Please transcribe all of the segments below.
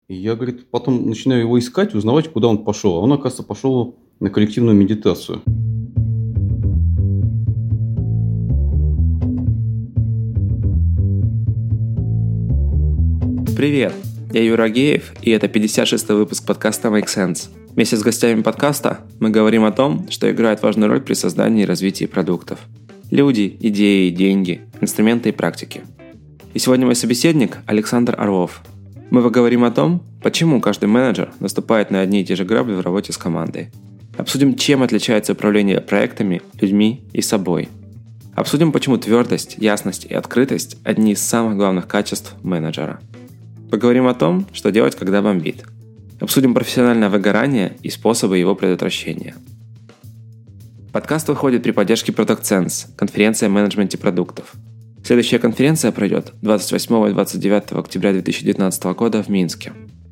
И я, говорит, потом начинаю его искать, узнавать, куда он пошел. А он, оказывается, пошел на коллективную медитацию. Привет, я Юра Агеев, и это 56-й выпуск подкаста Make Sense. Вместе с гостями подкаста мы говорим о том, что играет важную роль при создании и развитии продуктов. Люди, идеи, деньги, инструменты и практики. И сегодня мой собеседник Александр Орлов. Мы поговорим о том, почему каждый менеджер наступает на одни и те же грабли в работе с командой. Обсудим, чем отличается управление проектами, людьми и собой. Обсудим, почему твердость, ясность и открытость – одни из самых главных качеств менеджера. Поговорим о том, что делать, когда бомбит. Обсудим профессиональное выгорание и способы его предотвращения. Подкаст выходит при поддержке Product Sense, конференция о менеджменте продуктов. Следующая конференция пройдет 28 и 29 октября 2019 года в Минске.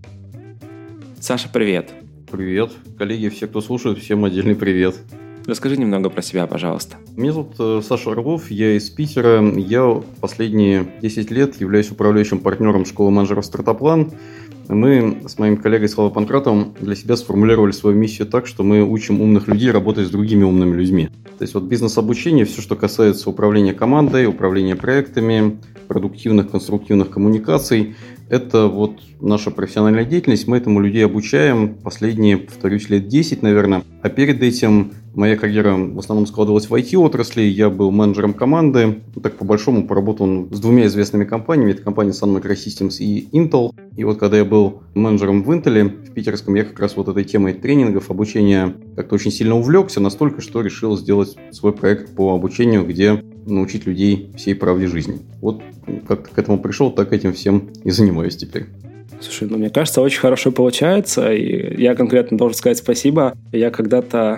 Саша, привет. Привет. Коллеги, все, кто слушает, всем отдельный привет. Расскажи немного про себя, пожалуйста. Меня зовут Саша Орлов, я из Питера. Я последние 10 лет являюсь управляющим партнером школы менеджеров «Стартаплан». Мы с моим коллегой Славой Панкратовым для себя сформулировали свою миссию так, что мы учим умных людей работать с другими умными людьми. То есть бизнес-обучение, все, что касается управления командой, управления проектами, продуктивных, конструктивных коммуникаций, это наша профессиональная деятельность. Мы этому людей обучаем последние, повторюсь, лет 10, наверное. А перед этим моя карьера в основном складывалась в IT-отрасли. Я был менеджером команды. Так, по-большому, поработал с двумя известными компаниями. Это компания Sun Microsystems и Intel. И когда я был менеджером в Intel, в питерском, я как раз этой темой тренингов, обучения как-то очень сильно увлекся, настолько, что решил сделать свой проект по обучению, где научить людей всей правде жизни. Как к этому пришел, так этим всем и занимаюсь теперь. Слушай, мне кажется, очень хорошо получается, и я конкретно должен сказать спасибо. Я в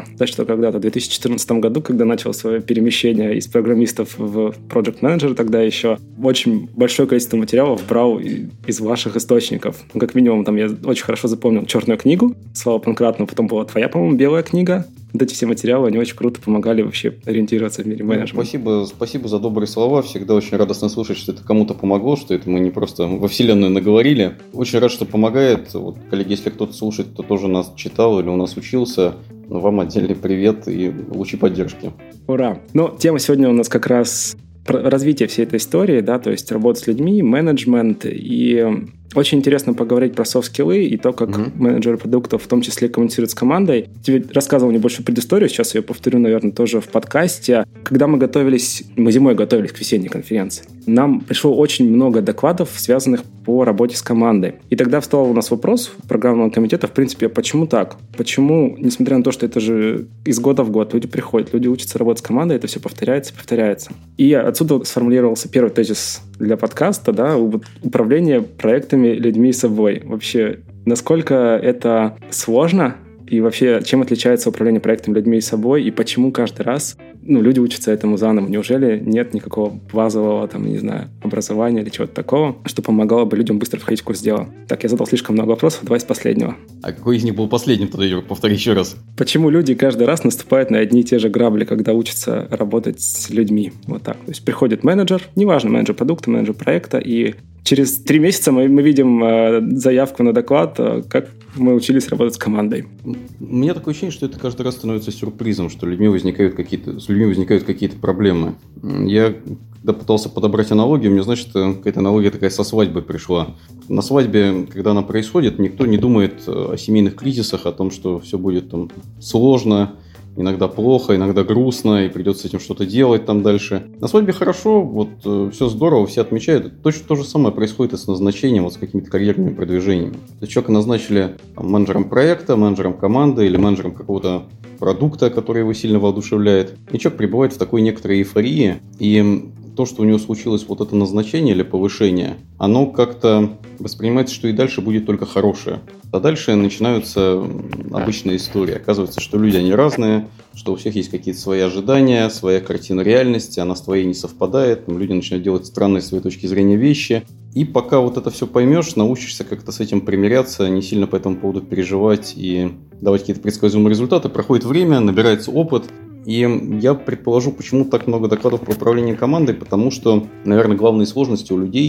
2014 году, когда начал свое перемещение из программистов в Project Manager, тогда еще очень большое количество материалов брал из ваших источников. Как минимум, я очень хорошо запомнил «Черную книгу» Слава Панкратова, потом была твоя, по-моему, «Белая книга». Эти все материалы, они очень круто помогали вообще ориентироваться в мире менеджмента. Спасибо за добрые слова. Всегда очень радостно слышать, что это кому-то помогло, что это мы не просто во вселенную наговорили. Очень рад, что помогает. Коллеги, если кто-то слушает, кто тоже нас читал или у нас учился, вам отдельный привет и лучи поддержки. Ура! Тема сегодня у нас как раз развитие всей этой истории, да, то есть работа с людьми, менеджмент, и очень интересно поговорить про софт-скиллы и то, как менеджеры продуктов в том числе коммуницируют с командой. Тебе рассказывал небольшую предысторию, сейчас я повторю, наверное, тоже в подкасте. Когда мы зимой готовились к весенней конференции, нам пришло очень много докладов, связанных по работе с командой. И тогда встал у нас вопрос программного комитета, в принципе, почему так? Почему, несмотря на то, что это же из года в год, люди приходят, люди учатся работать с командой, это все повторяется. И отсюда сформулировался первый тезис для подкаста, да, управление проектами, людьми и собой. Вообще, насколько это сложно и вообще, чем отличается управление проектами, людьми и собой, и почему каждый раз люди учатся этому заново? Неужели нет никакого базового, образования или чего-то такого, что помогало бы людям быстро входить в курс дела? Так, я задал слишком много вопросов, давай с последнего. А какой из них был последним тогда, Юр? Повтори еще раз. Почему люди каждый раз наступают на одни и те же грабли, когда учатся работать с людьми? То есть приходит менеджер, неважно, менеджер продукта, менеджер проекта, и через 3 месяца мы видим заявку на доклад, как мы учились работать с командой. У меня такое ощущение, что это каждый раз становится сюрпризом, что с людьми возникают какие-то проблемы. Я когда пытался подобрать аналогию, мне, какая-то аналогия такая со свадьбой пришла. На свадьбе, когда она происходит, никто не думает о семейных кризисах, о том, что все будет сложно, иногда плохо, иногда грустно, и придется с этим что-то делать дальше. На свадьбе хорошо, все здорово, все отмечают. Точно то же самое происходит и с назначением, с какими-то карьерными продвижениями. То есть человека назначили менеджером проекта, менеджером команды или менеджером какого-то продукта, который его сильно воодушевляет. И человек пребывает в такой некоторой эйфории, и то, что у него случилось это назначение или повышение, оно как-то воспринимается, что и дальше будет только хорошее. А дальше начинаются обычные истории. Оказывается, что люди, они разные, что у всех есть какие-то свои ожидания, своя картина реальности, она с твоей не совпадает, люди начинают делать странные с своей точки зрения вещи. И пока это все поймешь, научишься как-то с этим примиряться, не сильно по этому поводу переживать и давать какие-то предсказуемые результаты. Проходит время, набирается опыт. И я предположу, почему так много докладов по управлению командой, потому что, наверное, главные сложности у людей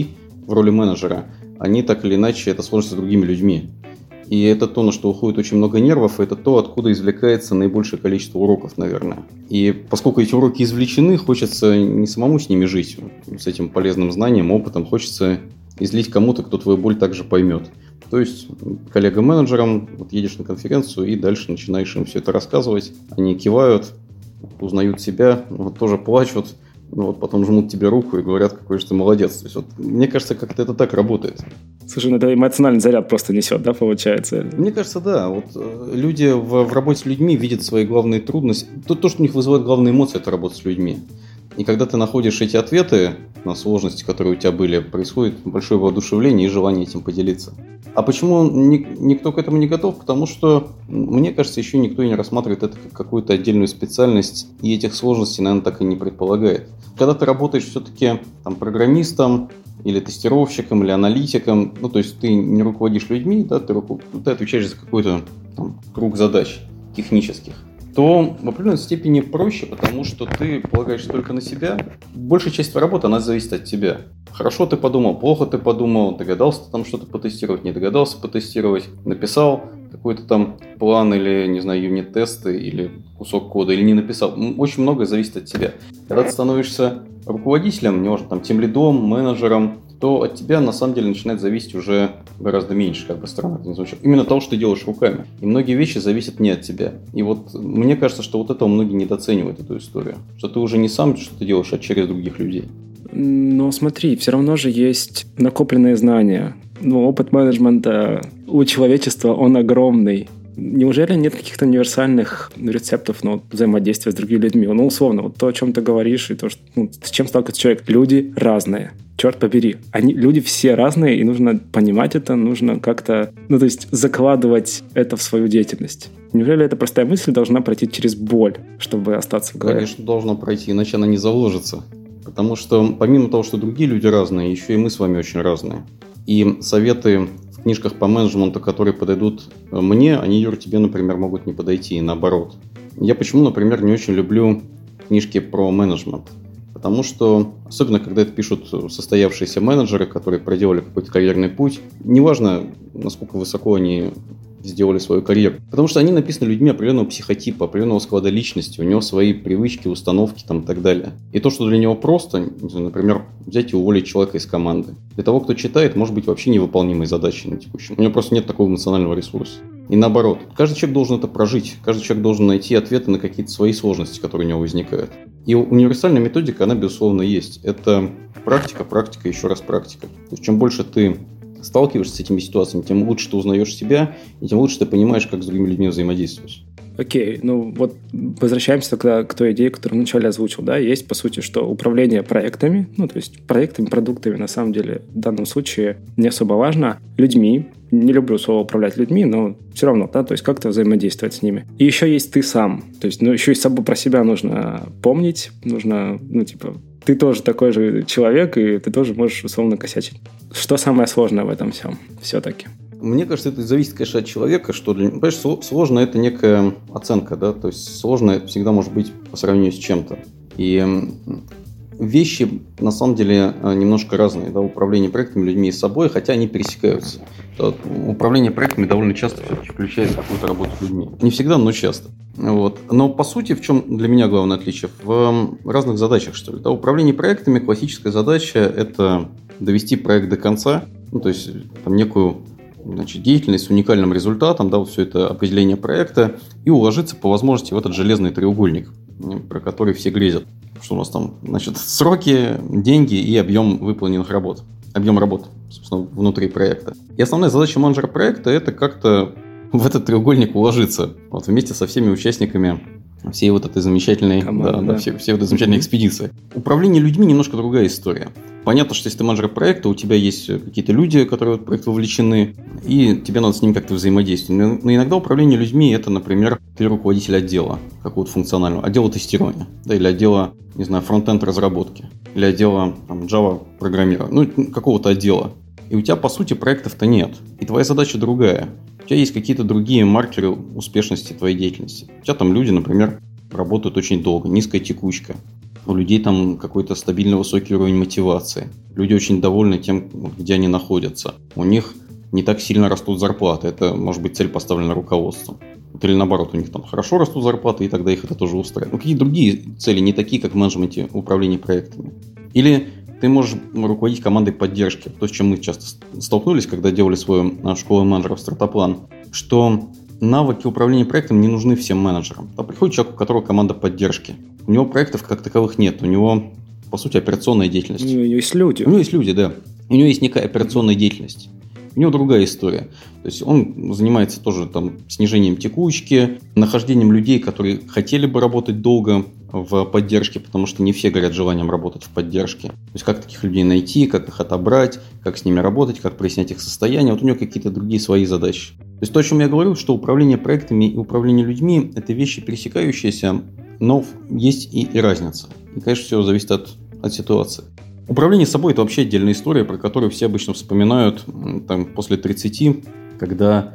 в роли менеджера, они так или иначе это сложатся с другими людьми. И это то, на что уходит очень много нервов, и это то, откуда извлекается наибольшее количество уроков, наверное. И поскольку эти уроки извлечены, хочется не самому с ними жить, с этим полезным знанием, опытом, хочется излить кому-то, кто твою боль также поймет. То есть коллега-менеджером, вот едешь на конференцию и дальше начинаешь им все это рассказывать, они кивают, узнают себя, вот, тоже плачут, вот, потом жмут тебе руку и говорят, какой же ты молодец. То есть, вот, мне кажется, как-то это так работает. Слушай, ну это эмоциональный заряд просто несет, да, получается? Мне кажется, да. Вот люди в работе с людьми видят свои главные трудности. То, что у них вызывает главные эмоции, это работа с людьми. И когда ты находишь эти ответы на сложности, которые у тебя были, происходит большое воодушевление и желание этим поделиться. А почему никто к этому не готов? Потому что, мне кажется, еще никто и не рассматривает это как какую-то отдельную специальность, и этих сложностей, наверное, так и не предполагает. Когда ты работаешь все-таки там, программистом, или тестировщиком, или аналитиком, ну, то есть ты не руководишь людьми, да, ты отвечаешь за какой-то там, круг задач технических, то в определенной степени проще, потому что ты полагаешься только на себя. Большая часть твоей работы, она зависит от тебя. Хорошо ты подумал, плохо ты подумал, догадался ты там что-то потестировать, не догадался потестировать, написал какой-то там план или, не знаю, юнит-тесты или кусок кода, или не написал. Очень многое зависит от тебя. Когда ты становишься руководителем, неважно, там, тимлидом, менеджером, то от тебя на самом деле начинает зависеть уже гораздо меньше, как бы странно это ни звучало. Именно того, что ты делаешь руками. И многие вещи зависят не от тебя. И вот мне кажется, что вот этого многие недооценивают, эту историю. Что ты уже не сам что ты делаешь, а через других людей. Но смотри, все равно же есть накопленные знания. Ну, опыт менеджмента у человечества, он огромный. Неужели нет каких-то универсальных рецептов взаимодействия с другими людьми? Ну, условно, вот то, о чем ты говоришь, и то, что, с чем сталкивается человек. Люди разные. Черт побери. Люди все разные, и нужно понимать это, нужно как-то, то есть закладывать это в свою деятельность. Неужели эта простая мысль должна пройти через боль, чтобы остаться в голове? Конечно, должна пройти, иначе она не заложится. Потому что помимо того, что другие люди разные, еще и мы с вами очень разные. И советы в книжках по менеджменту, которые подойдут мне, они, Юр, тебе, например, могут не подойти, и наоборот. Я почему, например, не очень люблю книжки про менеджмент? Потому что, особенно когда это пишут состоявшиеся менеджеры, которые проделали какой-то карьерный путь, неважно, насколько высоко они сделали свою карьеру. Потому что они написаны людьми определенного психотипа, определенного склада личности, у него свои привычки, установки там, и так далее. И то, что для него просто, например, взять и уволить человека из команды, для того, кто читает, может быть вообще невыполнимой задачей на текущем. У него просто нет такого эмоционального ресурса. И наоборот, каждый человек должен это прожить, каждый человек должен найти ответы на какие-то свои сложности, которые у него возникают. И универсальная методика, она, безусловно, есть. Это практика, еще раз практика. То есть, чем больше ты сталкиваешься с этими ситуациями, тем лучше ты узнаешь себя, и тем лучше ты понимаешь, как с другими людьми взаимодействовать. Окей, вот возвращаемся тогда к той идее, которую вначале озвучил, да, есть, по сути, что управление проектами, то есть проектами, продуктами, на самом деле, в данном случае не особо важно, людьми, не люблю слово управлять людьми, но все равно, да, то есть как-то взаимодействовать с ними. И еще есть ты сам, то есть, еще и собой про себя нужно помнить, нужно, ты тоже такой же человек, и ты тоже можешь условно косячить. Что самое сложное в этом всем все-таки? Мне кажется, это зависит, конечно, от человека. Понимаешь, сложно – это некая оценка, да, то есть сложно это всегда может быть по сравнению с чем-то. И вещи, на самом деле, немножко разные, да, управление проектами, людьми и собой, хотя они пересекаются. Управление проектами довольно часто все-таки включает какую-то работу с людьми. Не всегда, но часто. Вот. Но по сути, в чем для меня главное отличие? В разных задачах, что ли. Да, управление проектами, классическая задача – это довести проект до конца, то есть там некую деятельность с уникальным результатом, да, вот все это определение проекта, и уложиться по возможности в этот железный треугольник, про который все грезят. Что у нас там, сроки, деньги и объем выполненных работ. Объем работ, собственно, внутри проекта. И основная задача менеджера проекта – это как-то в этот треугольник уложиться вместе со всеми участниками всей вот этой замечательной, всей вот этой замечательной экспедиции. Управление людьми немножко другая история. Понятно, что если ты менеджер проекта, у тебя есть какие-то люди, которые в проект вовлечены, и тебе надо с ними как-то взаимодействовать. Но иногда управление людьми – это, например, ты руководитель отдела какого-то функционального, отдела тестирования, да, или отдела, не знаю, фронт-энд разработки, или отдела Java программирования, какого-то отдела. И у тебя, по сути, проектов-то нет. И твоя задача другая. У тебя есть какие-то другие маркеры успешности твоей деятельности. У тебя там люди, например, работают очень долго, низкая текучка. у людей там какой-то стабильно высокий уровень мотивации. Люди очень довольны тем, где они находятся. У них не так сильно растут зарплаты. Это, может быть, цель поставлена руководством. Или наоборот, у них там хорошо растут зарплаты, и тогда их это тоже устраивает. Какие другие цели, не такие, как в менеджменте управления проектами. Или ты можешь руководить командой поддержки. То, с чем мы часто столкнулись, когда делали свою школу менеджеров «Стартаплан», что навыки управления проектом не нужны всем менеджерам. Там приходит человек, у которого команда поддержки. У него проектов как таковых нет. У него, по сути, операционная деятельность. У него есть люди. У него есть люди, да. У него есть некая операционная деятельность. У него другая история. То есть он занимается тоже там снижением текучки, нахождением людей, которые хотели бы работать долго в поддержке, потому что не все горят желанием работать в поддержке. То есть как таких людей найти, как их отобрать, как с ними работать, как прояснять их состояние. Вот у него какие-то другие свои задачи. То есть то, о чем я говорил, что управление проектами и управление людьми – это вещи пересекающиеся, но есть и разница. И, конечно, все зависит от ситуации. Управление собой – это вообще отдельная история, про которую все обычно вспоминают там, после 30, когда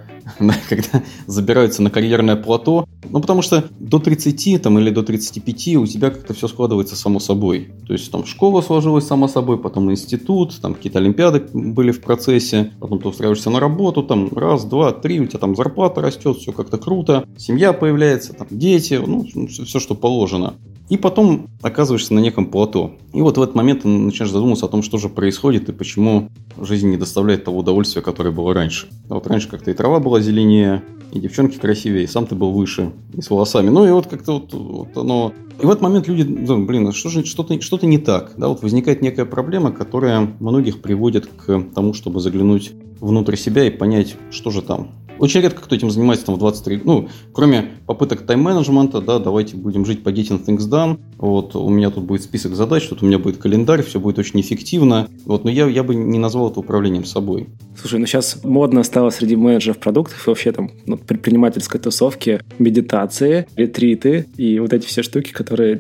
забираются на карьерное плато. Ну, потому что до 30 там, или до 35 у тебя как-то все складывается само собой. То есть там школа сложилась само собой, потом институт, там какие-то олимпиады были в процессе, потом ты устраиваешься на работу, там раз, два, три, у тебя там зарплата растет, все как-то круто, семья появляется, там дети, ну, все, что положено. И потом оказываешься на неком плато. И вот в этот момент ты начинаешь задумываться о том, что же происходит и почему жизнь не доставляет того удовольствия, которое было раньше. А вот раньше как-то и трава была зеленее, и девчонки красивее, и сам ты был выше, и с волосами. Ну и вот как-то вот оно... И в этот момент люди думают, что-то не так. Да, вот возникает некая проблема, которая многих приводит к тому, чтобы заглянуть внутрь себя и понять, что же там. Очень редко кто этим занимается там в 23, кроме попыток тайм-менеджмента, да, давайте будем жить по getting things done, вот, у меня тут будет список задач, тут у меня будет календарь, все будет очень эффективно, вот, но я бы не назвал это управлением собой. Слушай, сейчас модно стало среди менеджеров продуктов и вообще там предпринимательской тусовки медитации, ретриты и вот эти все штуки, которые,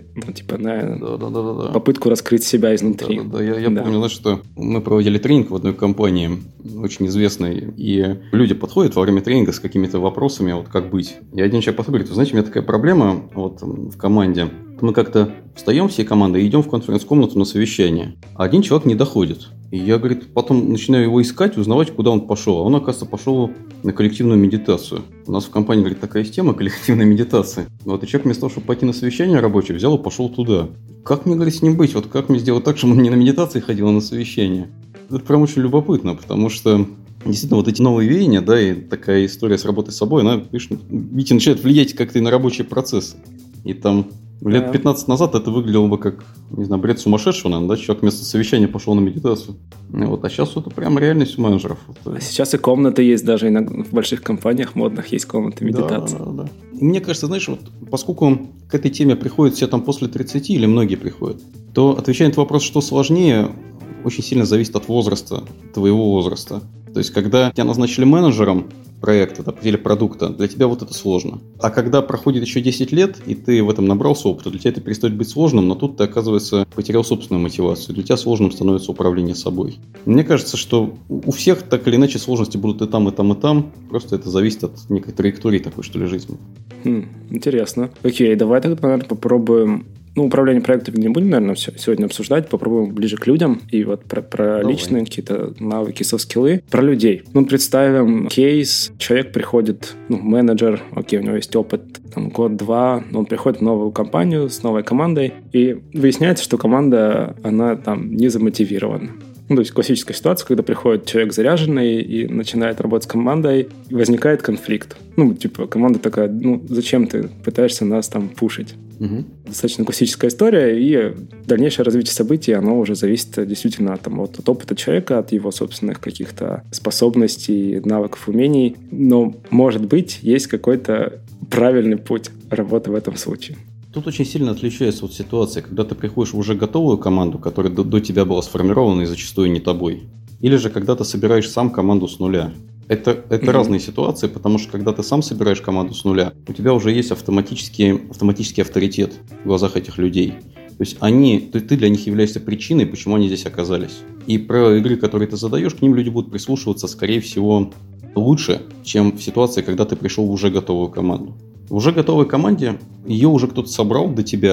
на попытку раскрыть себя изнутри. Да. Я помню, знаешь, что мы проводили тренинг в одной компании, очень известной, и люди подходят во время тренинга с какими-то вопросами, вот как быть. И один человек подходит, говорит, вы знаете, у меня такая проблема вот в команде. Мы как-то встаем всей командой и идем в конференц-комнату на совещание. А один человек не доходит. И я, говорит, потом начинаю его искать, узнавать, куда он пошел. А он, оказывается, пошел на коллективную медитацию. У нас в компании, говорит, такая система коллективной медитации. Вот и человек вместо того, чтобы пойти на совещание рабочее, взял и пошел туда. Как мне, говорит, с ним быть? Вот как мне сделать так, чтобы он не на медитации ходил, а на совещание? Это прям очень любопытно, потому что действительно, вот эти новые веяния, да, и такая история с работой с собой, она, видите, начинает влиять как-то и на рабочие процессы. И там лет 15 назад это выглядело бы как, не знаю, бред сумасшедшего, наверное, да, человек вместо совещания пошел на медитацию. Вот, а сейчас это прям реальность у менеджеров. А сейчас и комнаты есть, даже в больших компаниях модных есть комнаты медитации. Да. И мне кажется, знаешь, вот поскольку к этой теме приходят все там после 30, или многие приходят, то, отвечая на этот вопрос, что сложнее, очень сильно зависит от возраста, твоего возраста. То есть, когда тебя назначили менеджером проекта или продукта, для тебя вот это сложно. А когда проходит еще 10 лет, и ты в этом набрался опыта, для тебя это перестает быть сложным, но тут ты, оказывается, потерял собственную мотивацию. Для тебя сложным становится управление собой. Мне кажется, что у всех так или иначе сложности будут и там, и там, и там. Просто это зависит от некой траектории такой, что ли, жизни. Интересно. Окей, давай тогда, наверное, попробуем... управление проектами не будем, наверное, сегодня обсуждать. Попробуем ближе к людям. И вот про личные какие-то навыки, софт-скиллы. Про людей. Представим кейс. Человек приходит, менеджер, окей, у него есть опыт, год-два. Он приходит в новую компанию с новой командой. И выясняется, что команда, она там не замотивирована. То есть классическая ситуация, когда приходит человек заряженный и начинает работать с командой, и возникает конфликт. Команда такая, зачем ты пытаешься нас там пушить? Угу. Достаточно классическая история, и дальнейшее развитие событий, оно уже зависит действительно от опыта человека, от его собственных каких-то способностей, навыков, умений. Но, может быть, есть какой-то правильный путь работы в этом случае. Тут очень сильно отличается ситуация, когда ты приходишь в уже готовую команду, которая до тебя была сформирована и зачастую не тобой. Или же когда ты собираешь сам команду с нуля. Это разные ситуации, потому что когда ты сам собираешь команду с нуля, у тебя уже есть автоматический авторитет в глазах этих людей. То есть ты для них являешься причиной, почему они здесь оказались. И правила игры, которые ты задаешь, к ним люди будут прислушиваться, скорее всего, лучше, чем в ситуации, когда ты пришел в уже готовую команду. В уже готовой команде ее уже кто-то собрал до тебя,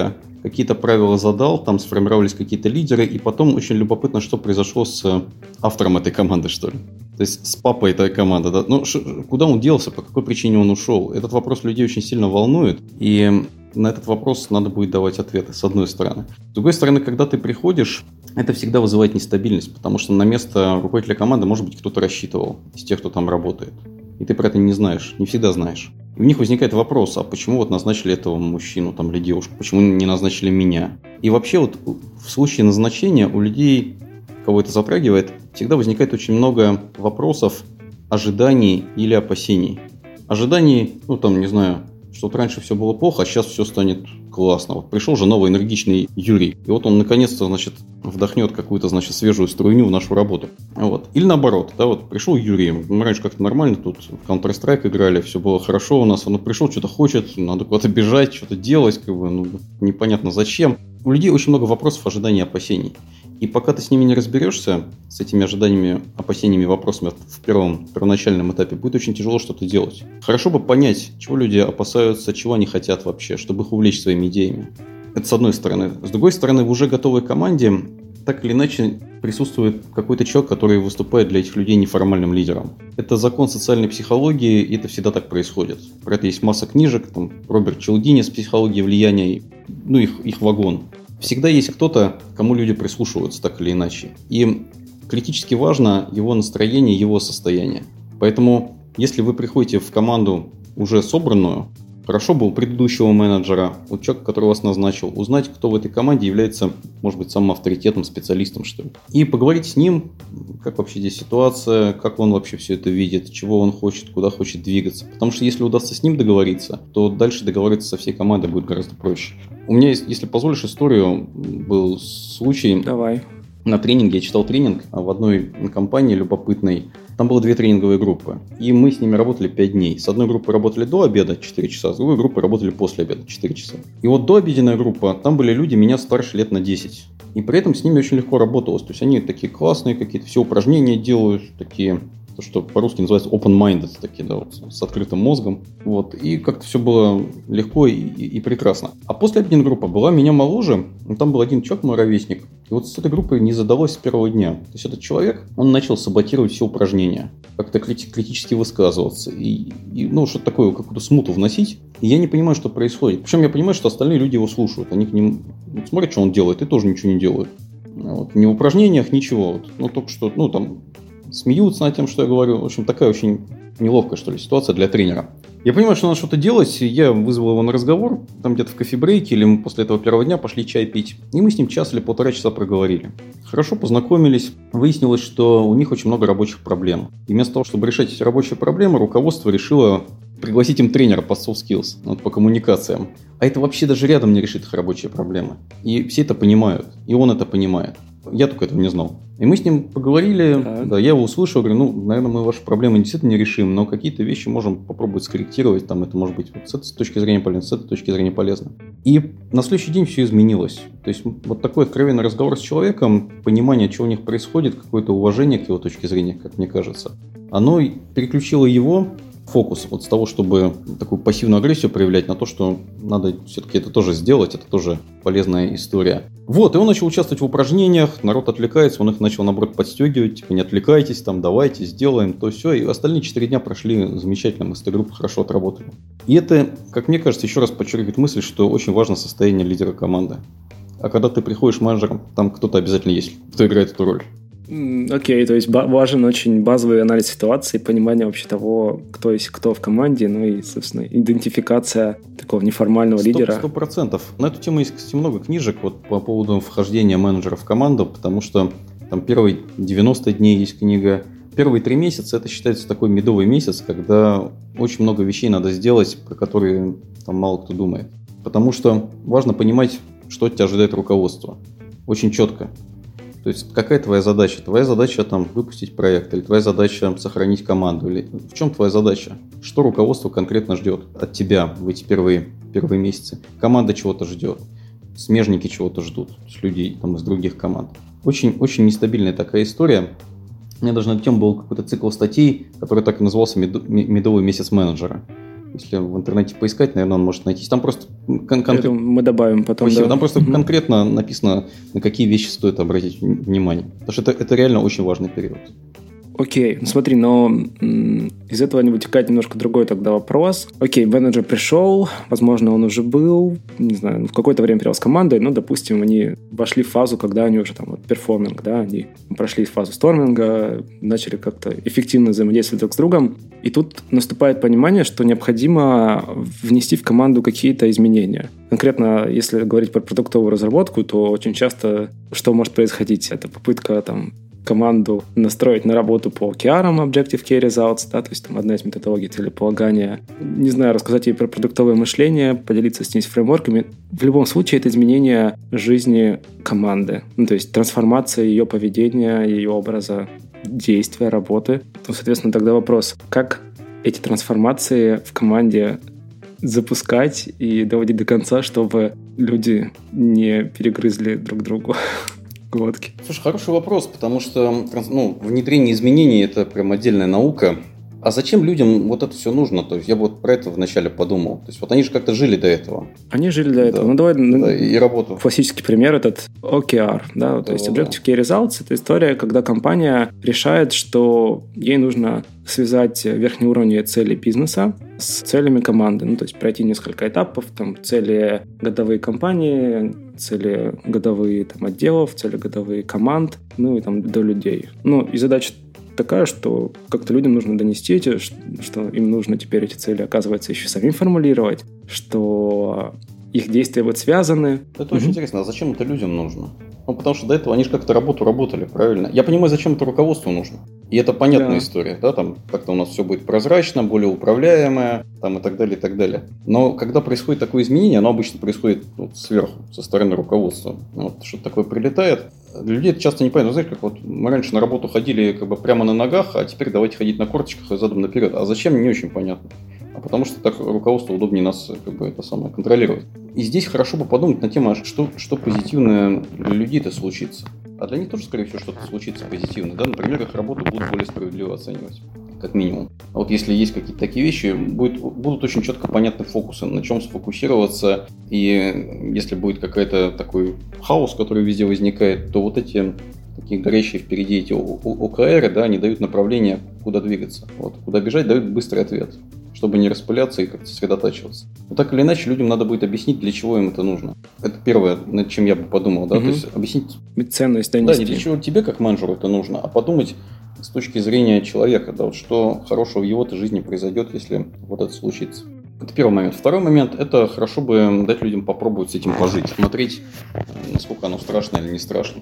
какие-то правила задал, там сформировались какие-то лидеры, и потом очень любопытно, что произошло с автором этой команды, что ли. То есть с папой этой команды. Да? Ну, куда он делся, по какой причине он ушел? Этот вопрос людей очень сильно волнует, и на этот вопрос надо будет давать ответы, с одной стороны. С другой стороны, когда ты приходишь, это всегда вызывает нестабильность, потому что на место руководителя команды, может быть, кто-то рассчитывал из тех, кто там работает. И ты про это не знаешь, не всегда знаешь. И у них возникает вопрос, а почему вот назначили этого мужчину там, или девушку, почему не назначили меня? И вообще вот в случае назначения у людей, кого это затрагивает, всегда возникает очень много вопросов, ожиданий или опасений. Ожиданий, ну там, не знаю, что вот раньше все было плохо, а сейчас все станет классно. Вот пришел же новый энергичный Юрий, и вот он наконец-то, значит, вдохнет какую-то, значит, свежую струйню в нашу работу. Вот. Или наоборот, да, вот пришел Юрий, мы раньше как-то нормально тут в Counter-Strike играли, все было хорошо у нас, он пришел, что-то хочет, надо куда-то бежать, что-то делать, как бы, ну, непонятно зачем. У людей очень много вопросов, ожиданий, опасений. И пока ты с ними не разберешься, с этими ожиданиями, опасениями, вопросами в первоначальном этапе, будет очень тяжело что-то делать. Хорошо бы понять, чего люди опасаются, чего они хотят вообще, чтобы их увлечь своими идеями. Это с одной стороны. С другой стороны, в уже готовой команде так или иначе присутствует какой-то человек, который выступает для этих людей неформальным лидером. Это закон социальной психологии, и это всегда так происходит. Про это есть масса книжек, там Роберт Чиалдини с психологией влияния, ну их вагон. Всегда есть кто-то, кому люди прислушиваются так или иначе. И критически важно его настроение, его состояние. Поэтому, если вы приходите в команду уже собранную, хорошо бы у предыдущего менеджера, у человека, который вас назначил, узнать, кто в этой команде является, может быть, самым авторитетным специалистом, что ли. И поговорить с ним, как вообще здесь ситуация, как он вообще все это видит, чего он хочет, куда хочет двигаться. Потому что если удастся с ним договориться, то дальше договориться со всей командой будет гораздо проще. У меня, если позволишь историю, был случай. Давай. На тренинге, я читал тренинг в одной компании любопытной. Там было 2 тренинговые группы. И мы с ними работали 5 дней. С одной группой работали до обеда 4 часа, с другой группой работали после обеда 4 часа. И вот дообеденная группа, там были люди меня старше лет на 10. И при этом с ними очень легко работалось. То есть они такие классные какие-то, все упражнения делают, такие, то, что по-русски называется open-minded, такие, да, вот, с открытым мозгом. Вот. И как-то все было легко и прекрасно. А после обеденной группы была меня моложе. Там был один человек, мой ровесник. И вот с этой группой не задалось с первого дня. То есть этот человек, он начал саботировать все упражнения, как-то критически высказываться и ну, что-то такое, какую-то смуту вносить. И я не понимаю, что происходит. Причем я понимаю, что остальные люди его слушают. Они к ним смотрят, что он делает, и тоже ничего не делают. Вот. Ни в упражнениях, ничего. Вот. Ну, только что, ну, там, смеются над тем, что я говорю. В общем, такая очень неловкая, что ли, ситуация для тренера. Я понимаю, что надо что-то делать, я вызвал его на разговор, там где-то в кофе-брейке, или мы после этого первого дня пошли чай пить. И мы с ним час или 1,5 часа проговорили. Хорошо познакомились. Выяснилось, что у них очень много рабочих проблем. И вместо того, чтобы решать эти рабочие проблемы, руководство решило пригласить им тренера по soft skills, вот, по коммуникациям. А это вообще даже рядом не решит их рабочие проблемы. И все это понимают, и он это понимает. Я только этого не знал. И мы с ним поговорили, да, я его услышал, говорю, ну, наверное, мы ваши проблемы действительно не решим, но какие-то вещи можем попробовать скорректировать, там это может быть вот с этой точки зрения полезно, с этой точки зрения полезно. И на следующий день все изменилось. То есть вот такой откровенный разговор с человеком, понимание, что у них происходит, какое-то уважение к его точке зрения, как мне кажется, оно переключило его фокус вот с того, чтобы такую пассивную агрессию проявлять, на то, что надо все-таки это тоже сделать, это тоже полезная история. Вот, и он начал участвовать в упражнениях, народ отвлекается, он их начал, наоборот, подстегивать, типа, не отвлекайтесь, там, давайте, сделаем, то все, и остальные 4 дня прошли замечательно, мы с этой группой хорошо отработали. И это, как мне кажется, еще раз подчеркивает мысль, что очень важно состояние лидера команды. А когда ты приходишь менеджером, там кто-то обязательно есть, кто играет эту роль. Окей, то есть важен очень базовый анализ ситуации, понимание вообще того, кто есть кто в команде, ну и, собственно, идентификация такого неформального лидера. 100%. На эту тему есть, кстати, много книжек вот, по поводу вхождения менеджера в команду, потому что там первые 90 дней есть книга. Первые 3 месяца это считается такой медовый месяц, когда очень много вещей надо сделать, про которые там мало кто думает. Потому что важно понимать, что от тебя ожидает руководство. Очень четко. То есть, какая твоя задача? Твоя задача там, выпустить проект, или твоя задача сохранить команду? Или в чем твоя задача? Что руководство конкретно ждет от тебя в эти первые месяцы? Команда чего-то ждет, смежники чего-то ждут, с людей там, из других команд. Очень, очень нестабильная такая история. У меня даже на эту тему был какой-то цикл статей, который так и назывался «Медовый месяц менеджера». Если в интернете поискать, наверное, он может найтись. Там просто мы добавим потом. Спасибо. Да. Там просто конкретно написано, на какие вещи стоит обратить внимание. Потому что это реально очень важный период. Окей, смотри, но из этого не вытекает немножко другой тогда вопрос. Окей, менеджер пришел, возможно, он уже был, не знаю, в какое-то время перевел с командой, но, допустим, они вошли в фазу, когда они уже там вот перформинг, да, они прошли фазу сторминга, начали как-то эффективно взаимодействовать друг с другом, и тут наступает понимание, что необходимо внести в команду какие-то изменения. Конкретно, если говорить про продуктовую разработку, то очень часто что может происходить? Это попытка там команду настроить на работу по OKR, Objective Key Results, да, то есть там одна из методологий целеполагания. Не знаю, рассказать ей про продуктовое мышление, поделиться с ней с фреймворками. В любом случае, это изменение жизни команды. Ну, то есть трансформация ее поведения, ее образа действия, работы. Ну, соответственно, тогда вопрос, как эти трансформации в команде запускать и доводить до конца, чтобы люди не перегрызли друг другу глотки? Слушай, хороший вопрос, потому что внедрение изменений – это прям отдельная наука. А зачем людям вот это все нужно? То есть я вот про это вначале подумал. То есть вот они же как-то жили до этого. Они жили до этого. Да. Ну, давай и работу. Классический пример этот OKR. Да? То есть Objective Key Results – это история, когда компания решает, что ей нужно связать верхние уровни целей бизнеса с целями команды. Ну, то есть пройти несколько этапов, там, цели годовые компании, цели годовые там, отделов, цели годовые команд, ну и там до людей. Ну, и задача такая, что как-то людям нужно донести эти, что им нужно теперь эти цели, оказывается, еще самим формулировать, что их действия будут связаны. Это очень интересно. А зачем это людям нужно? Ну, потому что до этого они же как-то работали, правильно? Я понимаю, зачем это руководству нужно. И это понятная история, да, там как-то у нас все будет прозрачно, более управляемое, там и так далее, и так далее. Но когда происходит такое изменение, оно обычно происходит сверху, со стороны руководства. Вот, что-то такое прилетает. Для людей это часто непонятно. Знаешь, как вот мы раньше на работу ходили как бы прямо на ногах, а теперь давайте ходить на корточках и задом наперед. А зачем, не очень понятно. А потому что так руководству удобнее нас как бы, это самое контролировать. И здесь хорошо бы подумать на тему, что позитивное для людей-то случится. А для них тоже, скорее всего, что-то случится позитивное. Да? Например, их работу будут более справедливо оценивать, как минимум. А вот если есть какие-то такие вещи, будут очень четко понятны фокусы, на чем сфокусироваться. И если будет какой-то такой хаос, который везде возникает, то вот эти такие горящие впереди эти ОКР, да, они дают направление, куда двигаться. Вот, куда бежать, дают быстрый ответ, чтобы не распыляться и как-то сосредотачиваться. Но так или иначе, людям надо будет объяснить, для чего им это нужно. Это первое, над чем я бы подумал, да, то есть объяснить ценность донести. Да, не для чего тебе, как менеджеру, это нужно, а подумать с точки зрения человека, да, вот что хорошего в его-то жизни произойдет, если вот это случится. Это первый момент. Второй момент – это хорошо бы дать людям попробовать с этим пожить, смотреть, насколько оно страшно или не страшно.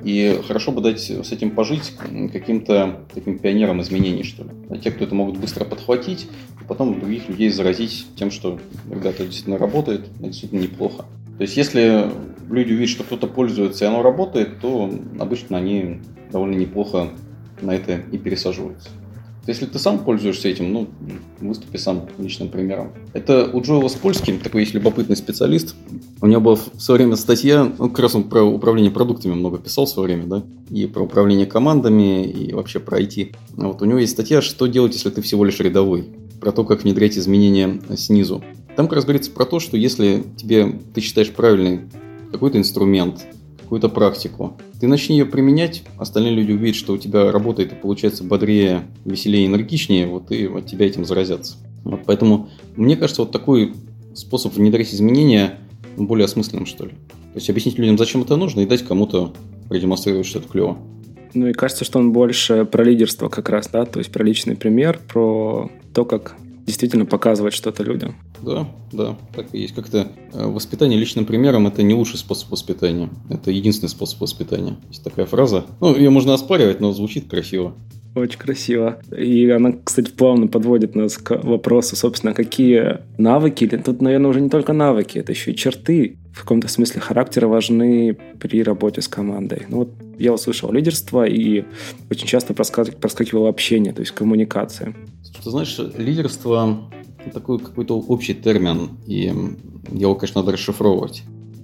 И хорошо бы дать с этим пожить каким-то таким пионерам изменений, что ли. Те, кто это могут быстро подхватить, и потом других людей заразить тем, что, ребята, это действительно работает, это действительно неплохо. То есть, если люди увидят, что кто-то пользуется и оно работает, то обычно они довольно неплохо на это и пересаживаются. Если ты сам пользуешься этим, выступи сам личным примером. Это у Джоэла Спольски, такой есть любопытный специалист. У него была в свое время статья, как раз он про управление продуктами много писал в свое время, да, и про управление командами, и вообще про IT. Вот у него есть статья «Что делать, если ты всего лишь рядовой?» Про то, как внедрять изменения снизу. Там как раз говорится про то, что если ты считаешь правильный какой-то инструмент, какую-то практику, ты начни ее применять, остальные люди увидят, что у тебя работает и получается бодрее, веселее, энергичнее, вот и от тебя этим заразятся. Вот, поэтому мне кажется, вот такой способ внедрять изменения более осмысленным, что ли. То есть объяснить людям, зачем это нужно, и дать кому-то продемонстрировать, что это клево. Ну и кажется, что он больше про лидерство как раз, да, то есть про личный пример, про то, как действительно показывать что-то людям. Да, так и есть. Как-то воспитание личным примером – это не лучший способ воспитания. Это единственный способ воспитания. Есть такая фраза. Ее можно оспаривать, но звучит красиво. Очень красиво. И она, кстати, плавно подводит нас к вопросу, собственно, какие навыки, или тут, наверное, уже не только навыки, это еще и черты, в каком-то смысле характера важны при работе с командой. Ну вот я услышал лидерство, и очень часто проскакивало общение, то есть коммуникация. Ты знаешь, лидерство – такой какой-то общий термин, и его, конечно, надо расшифровывать.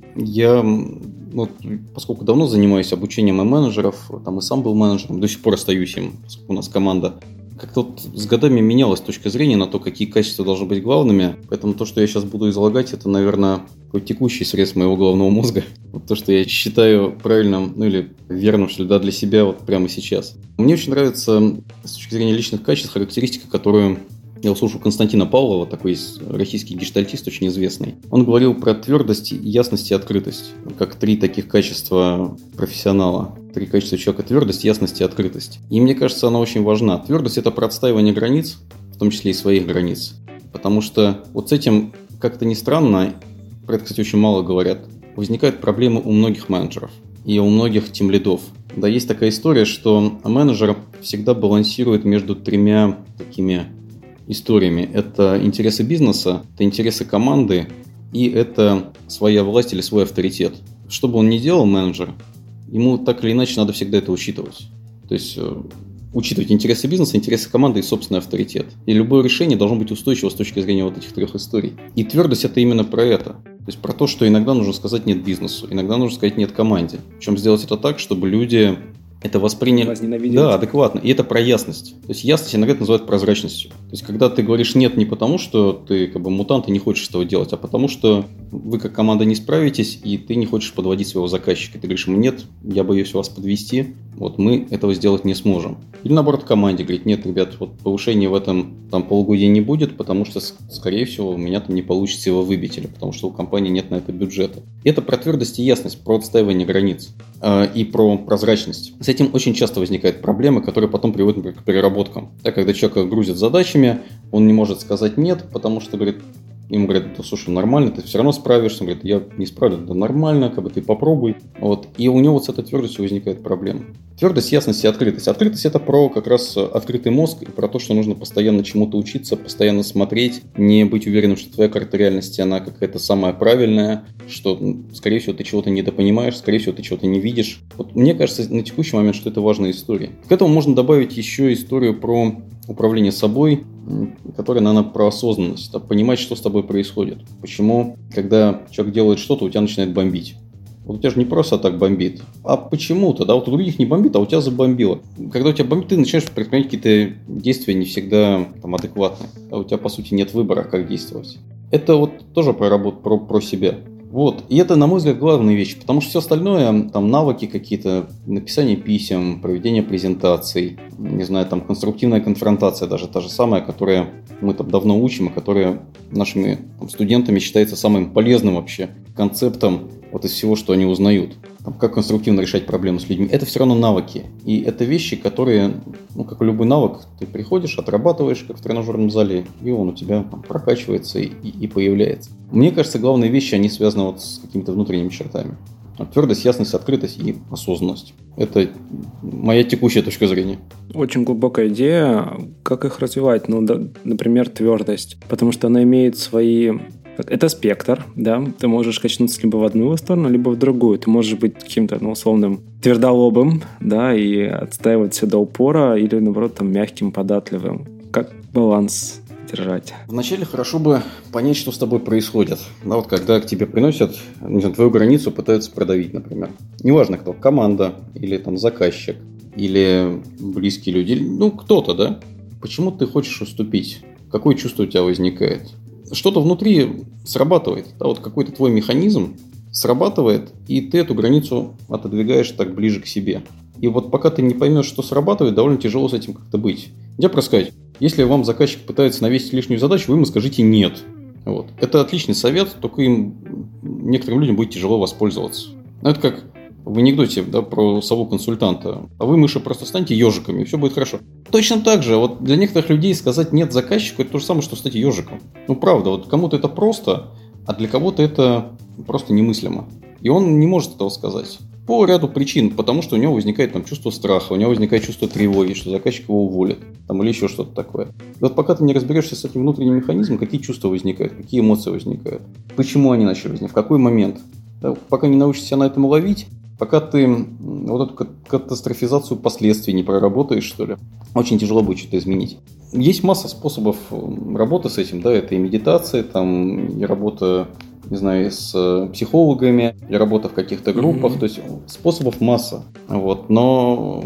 Я, поскольку давно занимаюсь обучением менеджеров, там и сам был менеджером, до сих пор остаюсь им, поскольку у нас команда как-то вот с годами менялась точка зрения на то, какие качества должны быть главными. Поэтому то, что я сейчас буду излагать, это, наверное, такой текущий срез моего головного мозга. Вот то, что я считаю правильным, ну или верным, что ли, да, для себя вот прямо сейчас. Мне очень нравится с точки зрения личных качеств характеристика, которую я услышал Константина Павлова, такой российский гештальтист, очень известный. Он говорил про твердость, ясность и открытость, как 3 таких качества профессионала. 3 качества человека: твердость, ясность и открытость. И мне кажется, она очень важна. Твердость – это про отстаивание границ, в том числе и своих границ. Потому что вот с этим, как-то не странно, про это, кстати, очень мало говорят, возникают проблемы у многих менеджеров и у многих тимлидов. Да, есть такая история, что менеджер всегда балансирует между 3 такими историями. Это интересы бизнеса, это интересы команды и это своя власть или свой авторитет. Что бы он ни делал, менеджер, ему так или иначе надо всегда это учитывать. То есть учитывать интересы бизнеса, интересы команды и собственный авторитет. И любое решение должно быть устойчиво с точки зрения вот этих 3 историй. И твердость – это именно про это. То есть про то, что иногда нужно сказать «нет» бизнесу, иногда нужно сказать «нет» команде. Причем сделать это так, чтобы люди это восприняли да, адекватно. И это про ясность. То есть ясность иногда называют прозрачностью. То есть когда ты говоришь «нет» не потому, что ты как бы мутант и не хочешь этого делать, а потому что вы как команда не справитесь, и ты не хочешь подводить своего заказчика. Ты говоришь ему «нет, я боюсь вас подвести, вот мы этого сделать не сможем». Или наоборот команде говорит «нет, ребят, вот повышения в этом там полугодия не будет, потому что, скорее всего, у меня там не получится его выбить, или потому что у компании нет на это бюджета». И это про твердость и ясность, про отстаивание границ и про прозрачность. С этим очень часто возникают проблемы, которые потом приводят, например, к переработкам. Так, когда человека грузят задачами, он не может сказать «нет», потому что, говорит, ему говорят: да, слушай, нормально, ты все равно справишься. Он говорит: я не справлюсь, да нормально, как бы ты попробуй. Вот. И у него вот с этой твердостью возникает проблема. Твердость, ясность и открытость. Открытость – это про как раз открытый мозг и про то, что нужно постоянно чему-то учиться, постоянно смотреть, не быть уверенным, что твоя карта реальности, она какая-то самая правильная, что, скорее всего, ты чего-то недопонимаешь, скорее всего, ты чего-то не видишь. Вот мне кажется на текущий момент, что это важная история. К этому можно добавить еще историю про управление собой, которая, наверное, про осознанность. Понимать, что с тобой происходит. Почему, когда человек делает что-то, у тебя начинает бомбить. Вот у тебя же не просто так бомбит, а почему-то, да, вот у других не бомбит, а у тебя забомбило. Когда у тебя бомбит, ты начинаешь предпринимать какие-то действия не всегда там адекватные, а у тебя, по сути, нет выбора, как действовать. Это вот тоже про работу, про себя. Вот. И это, на мой взгляд, главная вещь, потому что все остальное, там, навыки какие-то, написание писем, проведение презентаций, не знаю, там, конструктивная конфронтация даже та же самая, которая мы там давно учим, и которая нашими там, студентами считается самым полезным вообще концептом вот из всего, что они узнают. Там, как конструктивно решать проблемы с людьми. Это все равно навыки. И это вещи, которые, ну, как и любой навык, ты приходишь, отрабатываешь, как в тренажерном зале, и он у тебя там прокачивается и появляется. Мне кажется, главные вещи, они связаны вот с какими-то внутренними чертами. Твердость, ясность, открытость и осознанность. Это моя текущая точка зрения. Очень глубокая идея. Как их развивать? Ну, да, например, твердость. Потому что она имеет свои... Это спектр, да, ты можешь качнуться либо в одну сторону, либо в другую. Ты можешь быть каким-то, ну, условным твердолобым, да, и отстаивать все до упора, или, наоборот, там, мягким, податливым. Как баланс держать? Вначале хорошо бы понять, что с тобой происходит. Да, вот когда к тебе приносят, не знаю, твою границу пытаются продавить, например. Неважно кто, команда, или там заказчик, или близкие люди, ну, кто-то, да. Почему ты хочешь уступить? Какое чувство у тебя возникает? Что-то внутри срабатывает, да, вот какой-то твой механизм срабатывает, и ты эту границу отодвигаешь так ближе к себе. И вот пока ты не поймешь, что срабатывает, довольно тяжело с этим как-то быть. Я просто сказать, если вам заказчик пытается навесить лишнюю задачу, вы ему скажите «нет». Вот. Это отличный совет, только им, некоторым людям будет тяжело воспользоваться. Но это как в анекдоте, да, про сову консультанта. А вы, мыши, просто станьте ежиками, и все будет хорошо. Точно так же, вот для некоторых людей сказать «нет» заказчику – это то же самое, что стать ежиком. Ну, правда, вот кому-то это просто, а для кого-то это просто немыслимо. И он не может этого сказать. По ряду причин, потому что у него возникает там чувство страха, у него возникает чувство тревоги, что заказчик его уволит, там, или еще что-то такое. И вот пока ты не разберешься с этим внутренним механизмом, какие чувства возникают, какие эмоции возникают, почему они начали возникать, в какой момент. Да, пока не научишься себя на этом ловить, пока ты вот эту катастрофизацию последствий не проработаешь, что ли, очень тяжело будет что-то изменить. Есть масса способов работы с этим, да, это и медитация, там, и работа не знаю, с психологами, или работа в каких-то группах. То есть способов масса. Вот. Но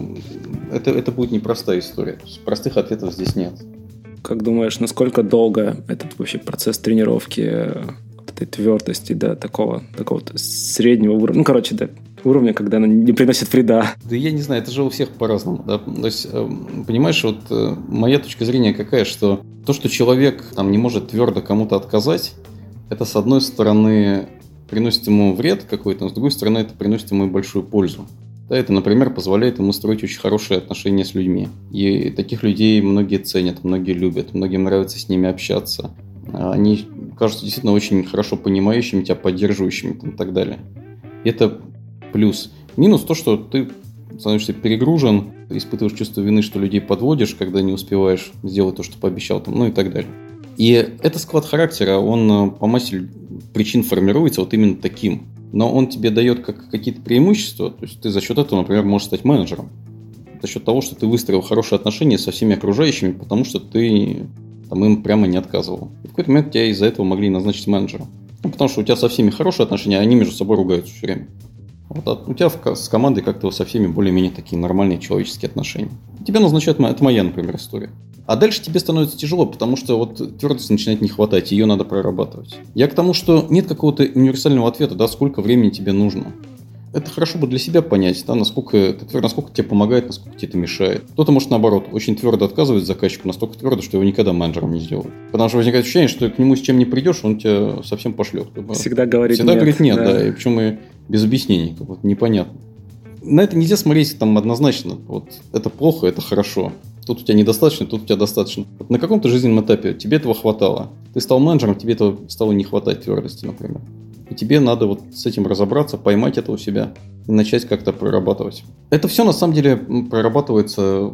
это будет непростая история. Простых ответов здесь нет. Как думаешь, насколько долго этот вообще процесс тренировки этой твердости до такого среднего уровня? До уровня, когда она не приносит вреда. Да я не знаю, это же у всех по-разному. Да? То есть, понимаешь, моя точка зрения какая, что то, что человек не может твердо кому-то отказать, это, с одной стороны, приносит ему вред какой-то, но с другой стороны, это приносит ему большую пользу. Да, это, например, позволяет ему строить очень хорошие отношения с людьми. И таких людей многие ценят, многие любят, многим нравится с ними общаться. Они кажутся действительно очень хорошо понимающими тебя, поддерживающими и так далее. И это плюс. Минус то, что ты становишься перегружен, испытываешь чувство вины, что людей подводишь, когда не успеваешь сделать то, что пообещал, и так далее. И этот склад характера, он по массе причин формируется вот именно таким. Но он тебе дает какие-то преимущества. То есть ты за счет этого, например, можешь стать менеджером. За счет того, что ты выстроил хорошие отношения со всеми окружающими, потому что ты им прямо не отказывал. И в какой-то момент тебя из-за этого могли назначить менеджером. Потому что у тебя со всеми хорошие отношения, а они между собой ругаются все время. А у тебя с командой как-то со всеми более-менее такие нормальные человеческие отношения. Тебя назначают, это моя, например, история. А дальше тебе становится тяжело, потому что твердости начинает не хватать, ее надо прорабатывать. Я к тому, что нет какого-то универсального ответа, сколько времени тебе нужно. Это хорошо бы для себя понять, насколько тебе помогает, насколько тебе это мешает. Кто-то может, наоборот, очень твердо отказывать заказчику, настолько твердо, что его никогда менеджером не сделают. Потому что возникает ощущение, что к нему с чем не придешь, он тебя совсем пошлет. Всегда говорит нет, да. И причем и без объяснений, непонятно. На это нельзя смотреть однозначно. Это плохо, это хорошо. Тут у тебя недостаточно, тут у тебя достаточно. На каком-то жизненном этапе тебе этого хватало. Ты стал менеджером, тебе этого стало не хватать твердости, например. И тебе надо с этим разобраться, поймать это у себя и начать как-то прорабатывать. Это все на самом деле прорабатывается,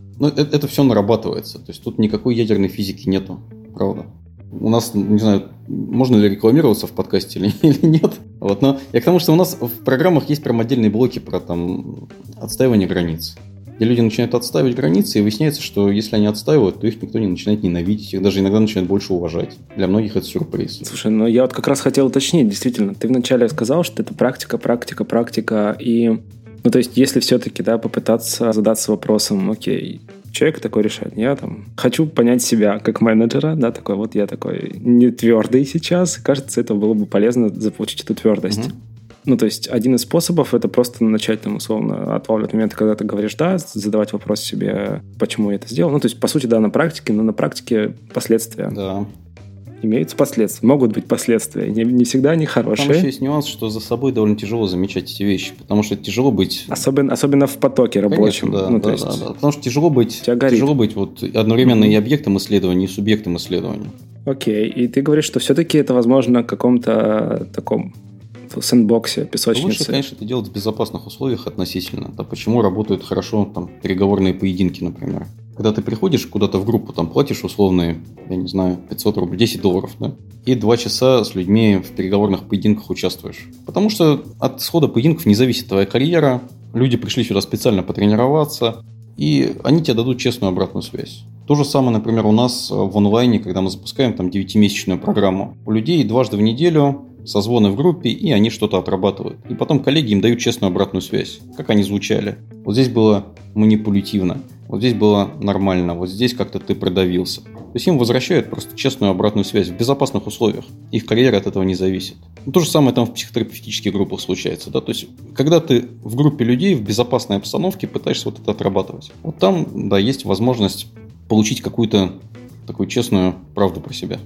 это все нарабатывается. То есть тут никакой ядерной физики нету, правда. У нас, не знаю, можно ли рекламироваться в подкасте или нет. Но я к тому, что у нас в программах есть прям отдельные блоки про отстаивание границ. Где люди начинают отстаивать границы, и выясняется, что если они отстаивают, то их никто не начинает ненавидеть, их даже иногда начинают больше уважать. Для многих это сюрприз. Слушай, я как раз хотел уточнить, действительно, ты вначале сказал, что это практика, и, то есть, если все-таки, попытаться задаться вопросом, окей, человек такой решает, я хочу понять себя как менеджера, я такой не твердый сейчас, кажется, это было бы полезно заполучить эту твердость. То есть, один из способов — это просто начать, условно, отлавливать моменты, когда ты говоришь «да», задавать вопрос себе, почему я это сделал. То есть, по сути, да, на практике, но на практике последствия. Да. Имеются последствия, могут быть последствия. Не всегда они хорошие. Там еще есть нюанс, что за собой довольно тяжело замечать эти вещи, потому что тяжело быть... Особенно в потоке рабочем. Конечно, да. Потому что тяжело быть одновременно и объектом исследования, и субъектом исследования. Окей, и ты говоришь, что все-таки это возможно в каком-то таком сэндбоксе, песочнице. Лучше, конечно, это делать в безопасных условиях относительно. Почему работают хорошо переговорные поединки, например. Когда ты приходишь куда-то в группу, платишь условные, я не знаю, 500 рублей, $10, да, и 2 часа с людьми в переговорных поединках участвуешь. Потому что от исхода поединков не зависит твоя карьера, люди пришли сюда специально потренироваться, и они тебе дадут честную обратную связь. То же самое, например, у нас в онлайне, когда мы запускаем 9-месячную программу. У людей дважды в неделю созвоны в группе, и они что-то отрабатывают. И потом коллеги им дают честную обратную связь, как они звучали. Вот здесь было манипулятивно, вот здесь было нормально, вот здесь как-то ты продавился. То есть им возвращают просто честную обратную связь в безопасных условиях. Их карьера от этого не зависит. То же самое в психотерапевтических группах случается. Да? То есть, когда ты в группе людей в безопасной обстановке пытаешься это отрабатывать. Там, да, есть возможность получить какую-то такую честную правду про себя.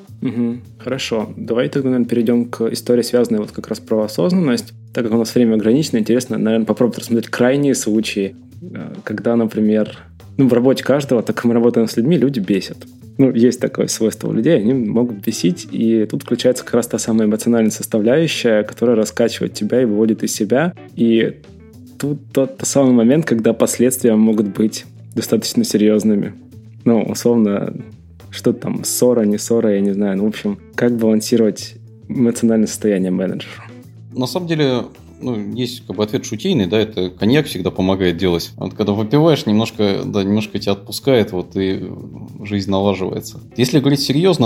Хорошо. Давай тогда, наверное, перейдем к истории, связанной как раз про осознанность. Так как у нас время ограничено, интересно, наверное, попробовать рассмотреть крайние случаи, когда, например, в работе каждого, так как мы работаем с людьми, люди бесят. Есть такое свойство у людей, они могут бесить, и тут включается как раз та самая эмоциональная составляющая, которая раскачивает тебя и выводит из себя. И тут тот самый момент, когда последствия могут быть достаточно серьезными. Условно, что ссора, не ссора, я не знаю. В общем, как балансировать эмоциональное состояние менеджера? На самом деле, есть как бы ответ шутейный, да, это коньяк всегда помогает делать. Вот когда выпиваешь, немножко тебя отпускает, вот, и жизнь налаживается. Если говорить серьезно,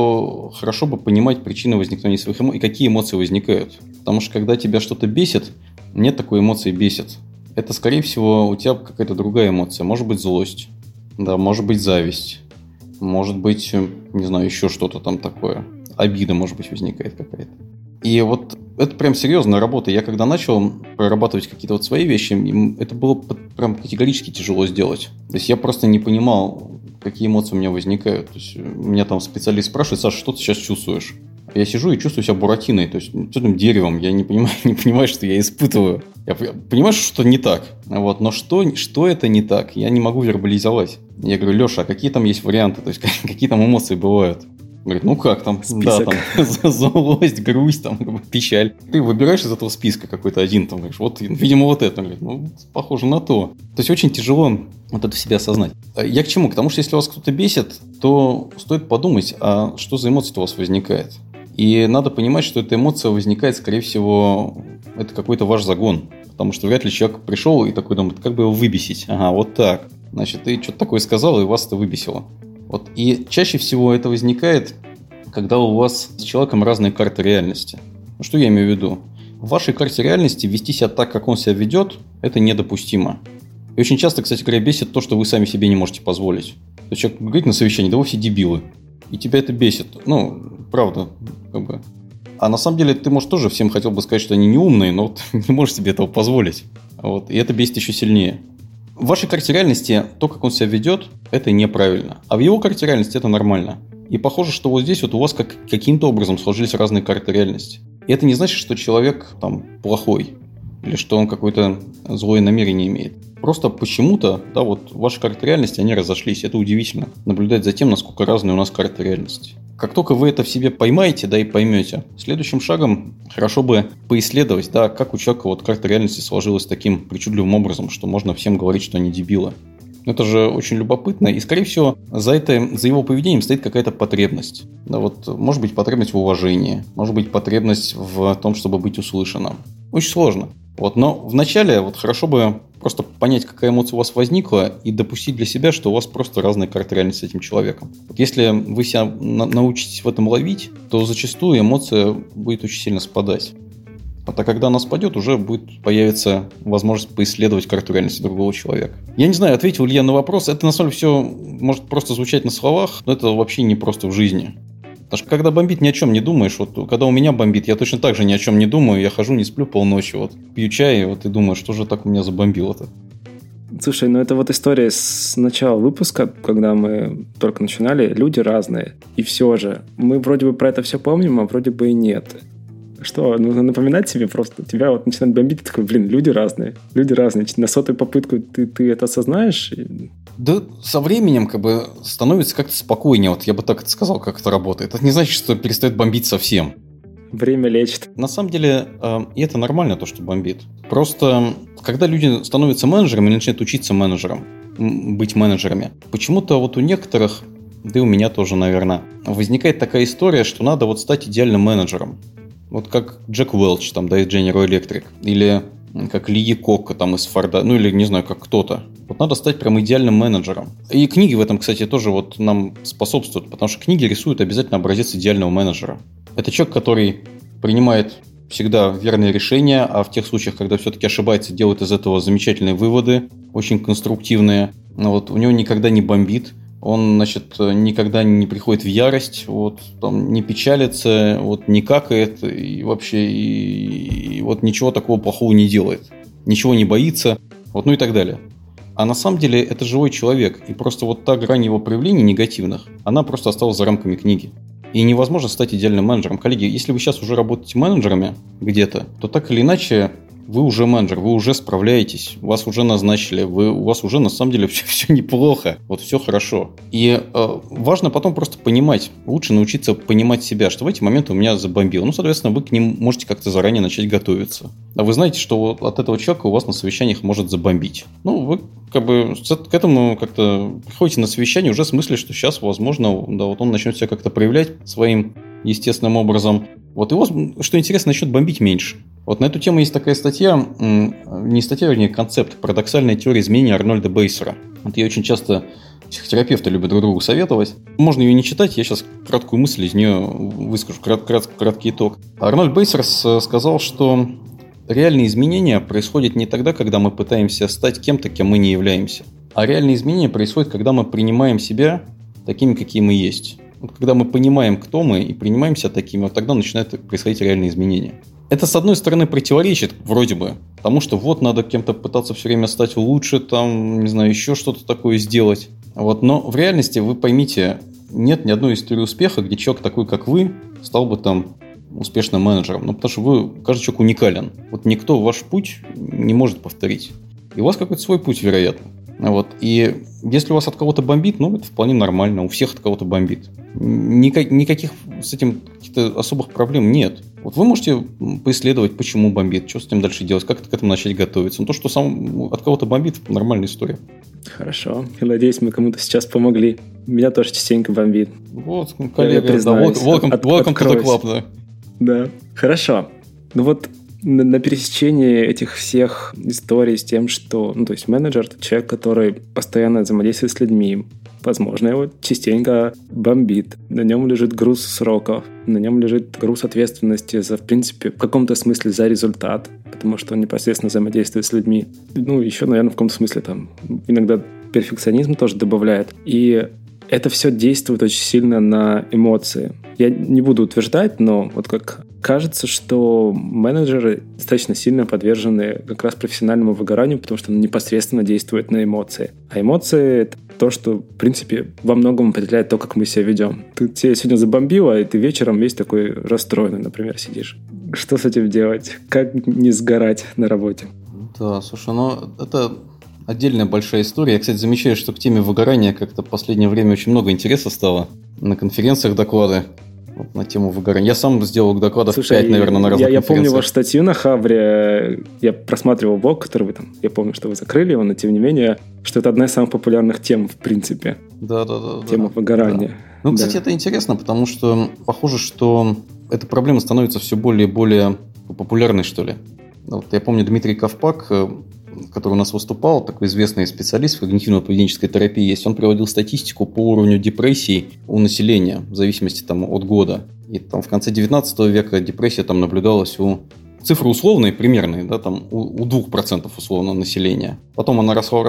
то хорошо бы понимать причины возникновения своих эмоций и какие эмоции возникают. Потому что когда тебя что-то бесит, нет такой эмоции бесит. Это, скорее всего, у тебя какая-то другая эмоция. Может быть, злость, да, может быть, зависть, может быть, не знаю, еще что-то там такое. Обида, может быть, возникает какая-то. И вот это прям серьезная работа. Я когда начал прорабатывать какие-то вот свои вещи, это было прям категорически тяжело сделать. То есть я просто не понимал, какие эмоции у меня возникают. То есть меня там специалист спрашивает: Саша, что ты сейчас чувствуешь? Я сижу и чувствую себя буратиной, то есть этим деревом. Я не понимаю, что я испытываю. Я понимаю, что что-то не так. Вот, но что это не так, я не могу вербализовать. Я говорю: Леша, а какие там есть варианты? То есть какие там эмоции бывают? Говорит: ну как там? Список. Да, там злость, грусть, там, печаль. Ты выбираешь из этого списка какой-то один, там, говоришь: вот, видимо, вот это. Говорит: ну, похоже на то. То есть очень тяжело вот это в себе осознать. Я к чему? К тому, что если вас кто-то бесит, то стоит подумать, а что за эмоция у вас возникает. И надо понимать, что эта эмоция возникает, скорее всего, это какой-то ваш загон. Потому что вряд ли человек пришел и такой думает: как бы его выбесить? Ага, вот так. Значит, ты что-то такое сказал, и вас это выбесило. Вот. И чаще всего это возникает, когда у вас с человеком разные карты реальности. Ну, что я имею в виду? В вашей карте реальности вести себя так, как он себя ведет, это недопустимо. И очень часто, кстати говоря, бесит то, что вы сами себе не можете позволить. То есть человек говорит на совещании: да вы все дебилы. И тебя это бесит. Ну, правда, как бы. А на самом деле ты, может, тоже всем хотел бы сказать, что они не умные, но вот не можешь себе этого позволить. Вот. И это бесит еще сильнее. В вашей карте реальности то, как он себя ведет, это неправильно. А в его карте реальности это нормально. И похоже, что вот здесь вот у вас каким-то образом сложились разные карты реальности. И это не значит, что человек там плохой. Или что он какое-то злое намерение имеет. Просто почему-то, да, вот ваши карты реальности, они разошлись. Это удивительно. Наблюдать за тем, насколько разные у нас карты реальности. Как только вы это в себе поймаете, да, и поймете, следующим шагом хорошо бы поисследовать, да, как у человека вот карта реальности сложилась таким причудливым образом, что можно всем говорить, что они дебилы. Это же очень любопытно, и, скорее всего, за его поведением стоит какая-то потребность. Да, вот, может быть, потребность в уважении, может быть, потребность в том, чтобы быть услышанным. Очень сложно. Вот, но вначале вот хорошо бы просто понять, какая эмоция у вас возникла, и допустить для себя, что у вас просто разные карты реальности с этим человеком. Вот если вы себя научитесь в этом ловить, то зачастую эмоция будет очень сильно спадать. А когда она спадет, уже появится возможность поисследовать карту реальности другого человека. Я не знаю, ответил ли я на вопрос. Это на самом деле все может просто звучать на словах, но это вообще не просто в жизни. Потому что когда бомбит, ни о чем не думаешь. Вот когда у меня бомбит, я точно так же ни о чем не думаю. Я хожу, не сплю полночи, вот пью чай, вот и думаю, что же так у меня забомбило-то. Слушай, ну это вот история с начала выпуска, когда мы только начинали. Люди разные. И все же, мы вроде бы про это все помним, а вроде бы и нет. Что, нужно напоминать себе просто? Тебя вот начинает бомбить, ты такой: блин, люди разные. Люди разные. На 100-ю попытку ты это осознаешь? Да, со временем как бы становится как-то спокойнее. Вот я бы так это сказал, как это работает. Это не значит, что перестает бомбить совсем. Время лечит. На самом деле, и это нормально, то, что бомбит. Просто, когда люди становятся менеджерами или начинают учиться быть менеджерами, почему-то вот у некоторых, да и у меня тоже, наверное, возникает такая история, что надо вот стать идеальным менеджером. Вот как Джек Уэлч там, да, из General Electric, или как Ли Кокка там из Форда, ну или не знаю, как кто-то. Вот надо стать прям идеальным менеджером. И книги в этом, кстати, тоже вот нам способствуют, потому что книги рисуют обязательно образец идеального менеджера. Это человек, который принимает всегда верные решения, а в тех случаях, когда все-таки ошибается, делает из этого замечательные выводы, очень конструктивные. Вот, у него никогда не бомбит. Он, значит, никогда не приходит в ярость, вот, там, не печалится, вот, не какает и вообще и вот ничего такого плохого не делает. Ничего не боится, вот, ну и так далее. А на самом деле это живой человек, и просто вот та грань его проявлений негативных, она просто осталась за рамками книги. И невозможно стать идеальным менеджером. Коллеги, если вы сейчас уже работаете менеджерами где-то, то так или иначе вы уже менеджер, вы уже справляетесь, вас уже назначили, у вас уже на самом деле все неплохо, вот все хорошо. И важно потом просто понимать, лучше научиться понимать себя, что в эти моменты у меня забомбило. Ну, соответственно, вы к ним можете как-то заранее начать готовиться. А вы знаете, что от этого человека у вас на совещаниях может забомбить. Ну, вы как бы к этому как-то приходите на совещание уже с мыслью, что сейчас, возможно, да, вот он начнет себя как-то проявлять своим естественным образом. Вот его, что интересно, начнет бомбить меньше. Вот на эту тему есть такая статья, не статья, вернее, концепт «Парадоксальная теория изменения» Арнольда Бейсера. Вот я очень часто психотерапевты любят друг другу советовать. Можно ее не читать, я сейчас краткую мысль из нее выскажу, краткий итог. Арнольд Бейсер сказал, что реальные изменения происходят не тогда, когда мы пытаемся стать кем-то, кем мы не являемся. А реальные изменения происходят, когда мы принимаем себя такими, какие мы есть. Вот когда мы понимаем, кто мы, и принимаем себя такими, вот тогда начинают происходить реальные изменения. Это, с одной стороны, противоречит, вроде бы, потому что вот надо кем-то пытаться все время стать лучше, там, не знаю, еще что-то такое сделать. Вот. Но в реальности, вы поймите, нет ни одной истории успеха, где человек такой, как вы, стал бы там успешным менеджером. Ну, потому что каждый человек уникален. Вот никто ваш путь не может повторить. И у вас какой-то свой путь, вероятно. Вот. И если у вас от кого-то бомбит, ну, это вполне нормально. У всех от кого-то бомбит. Никаких с этим каких-то особых проблем нет. Вот вы можете поисследовать, почему бомбит, что с этим дальше делать, как к этому начать готовиться. Но то, что сам от кого-то бомбит, нормальная история. Хорошо. Я надеюсь, мы кому-то сейчас помогли. Меня тоже частенько бомбит. Вот, коллега, welcome to the club, да. Да. Хорошо. Ну вот на пересечении этих всех историй с тем, что, ну, то есть менеджер – это человек, который постоянно взаимодействует с людьми. Возможно, его частенько бомбит. На нем лежит груз сроков, на нем лежит груз ответственности за, в принципе, в каком-то смысле за результат, потому что он непосредственно взаимодействует с людьми. Ну, еще, наверное, в каком-то смысле там иногда перфекционизм тоже добавляет. И это все действует очень сильно на эмоции. Я не буду утверждать, но вот как кажется, что менеджеры достаточно сильно подвержены как раз профессиональному выгоранию, потому что он непосредственно действует на эмоции. А эмоции — это то, что, в принципе, во многом определяет то, как мы себя ведем. Ты тебя сегодня забомбило, и ты вечером весь такой расстроенный, например, сидишь. Что с этим делать? Как не сгорать на работе? Да, слушай, ну это отдельная большая история. Я, кстати, замечаю, что к теме выгорания как-то в последнее время очень много интереса стало. На конференциях доклады вот, на тему выгорания. Я сам сделал докладов 5, наверное, на разных конференциях. Я помню вашу статью на Хабре. Я просматривал блог, который вы там... Я помню, что вы закрыли его, но тем не менее, что это одна из самых популярных тем, в принципе. Да. Тема выгорания. Да. Ну, кстати, это интересно, потому что похоже, что эта проблема становится все более и более популярной, что ли. Вот я помню Дмитрий Ковпак, который у нас выступал, такой известный специалист в когнитивно-поведенческой терапии есть, он приводил статистику по уровню депрессий у населения в зависимости там, от года. И там в конце 19 века депрессия там наблюдалась у... Цифры условные, примерные, да, там у 2% условно населения. Потом она росла,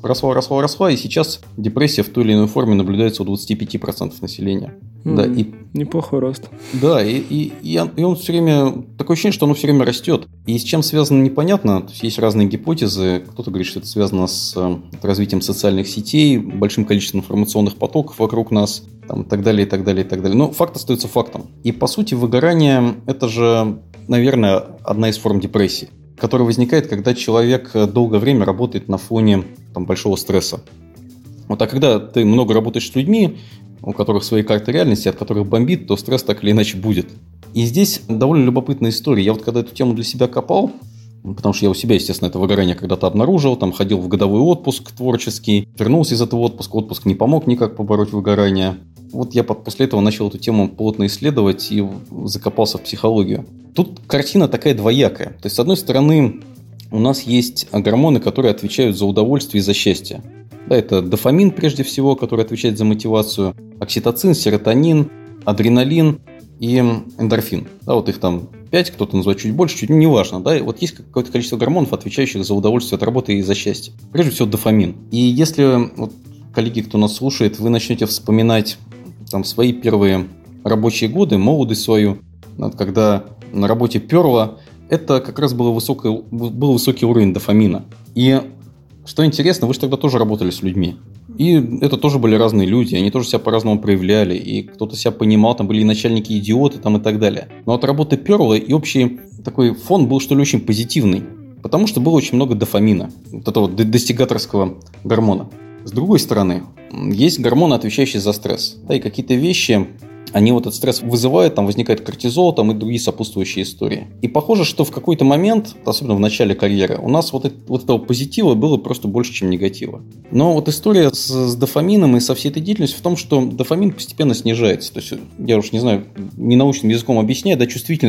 и сейчас депрессия в той или иной форме наблюдается у 25% населения. Да, и... Неплохой рост. Да, и он все время... Такое ощущение, что оно все время растет. И с чем связано, непонятно. То есть разные гипотезы. Кто-то говорит, что это связано с развитием социальных сетей, большим количеством информационных потоков вокруг нас, там, и так далее, и так далее, и так далее. Но факт остается фактом. И, по сути, выгорание – это же, наверное, одна из форм депрессии, которая возникает, когда человек долгое время работает на фоне там, большого стресса. Вот, а когда ты много работаешь с людьми, у которых свои карты реальности, от которых бомбит, то стресс так или иначе будет. И здесь довольно любопытная история. Я вот когда эту тему для себя копал, потому что я у себя, естественно, это выгорание когда-то обнаружил, там ходил в годовой отпуск творческий, вернулся из этого отпуска, отпуск не помог никак побороть выгорание. Вот я после этого начал эту тему плотно исследовать и закопался в психологию. Тут картина такая двоякая. То есть, с одной стороны, у нас есть гормоны, которые отвечают за удовольствие и за счастье. Да, это дофамин, прежде всего, который отвечает за мотивацию, окситоцин, серотонин, адреналин и эндорфин. Да, вот их там 5, кто-то называет чуть больше, чуть неважно. Да, и вот есть какое-то количество гормонов, отвечающих за удовольствие от работы и за счастье. Прежде всего, дофамин. И если, вот, коллеги, кто нас слушает, вы начнете вспоминать там, свои первые рабочие годы, молодость свою, когда на работе перло, это как раз был высокий уровень дофамина. И что интересно, вы же тогда тоже работали с людьми. И это тоже были разные люди, они тоже себя по-разному проявляли, и кто-то себя понимал, там были и начальники идиоты там, и так далее. Но от работы перло, и общий такой фон был, что ли, очень позитивный, потому что было очень много дофамина, вот этого достигаторского гормона. С другой стороны, есть гормоны, отвечающие за стресс. Да, и какие-то вещи, они вот этот стресс вызывают, там возникает кортизол, там и другие сопутствующие истории. И похоже, что в какой-то момент, особенно в начале карьеры, у нас вот этого позитива было просто больше, чем негатива. Но вот история с дофамином и со всей этой деятельностью в том, что дофамин постепенно снижается. То есть, я уж не знаю, ненаучным языком объясняю, да, чувствительность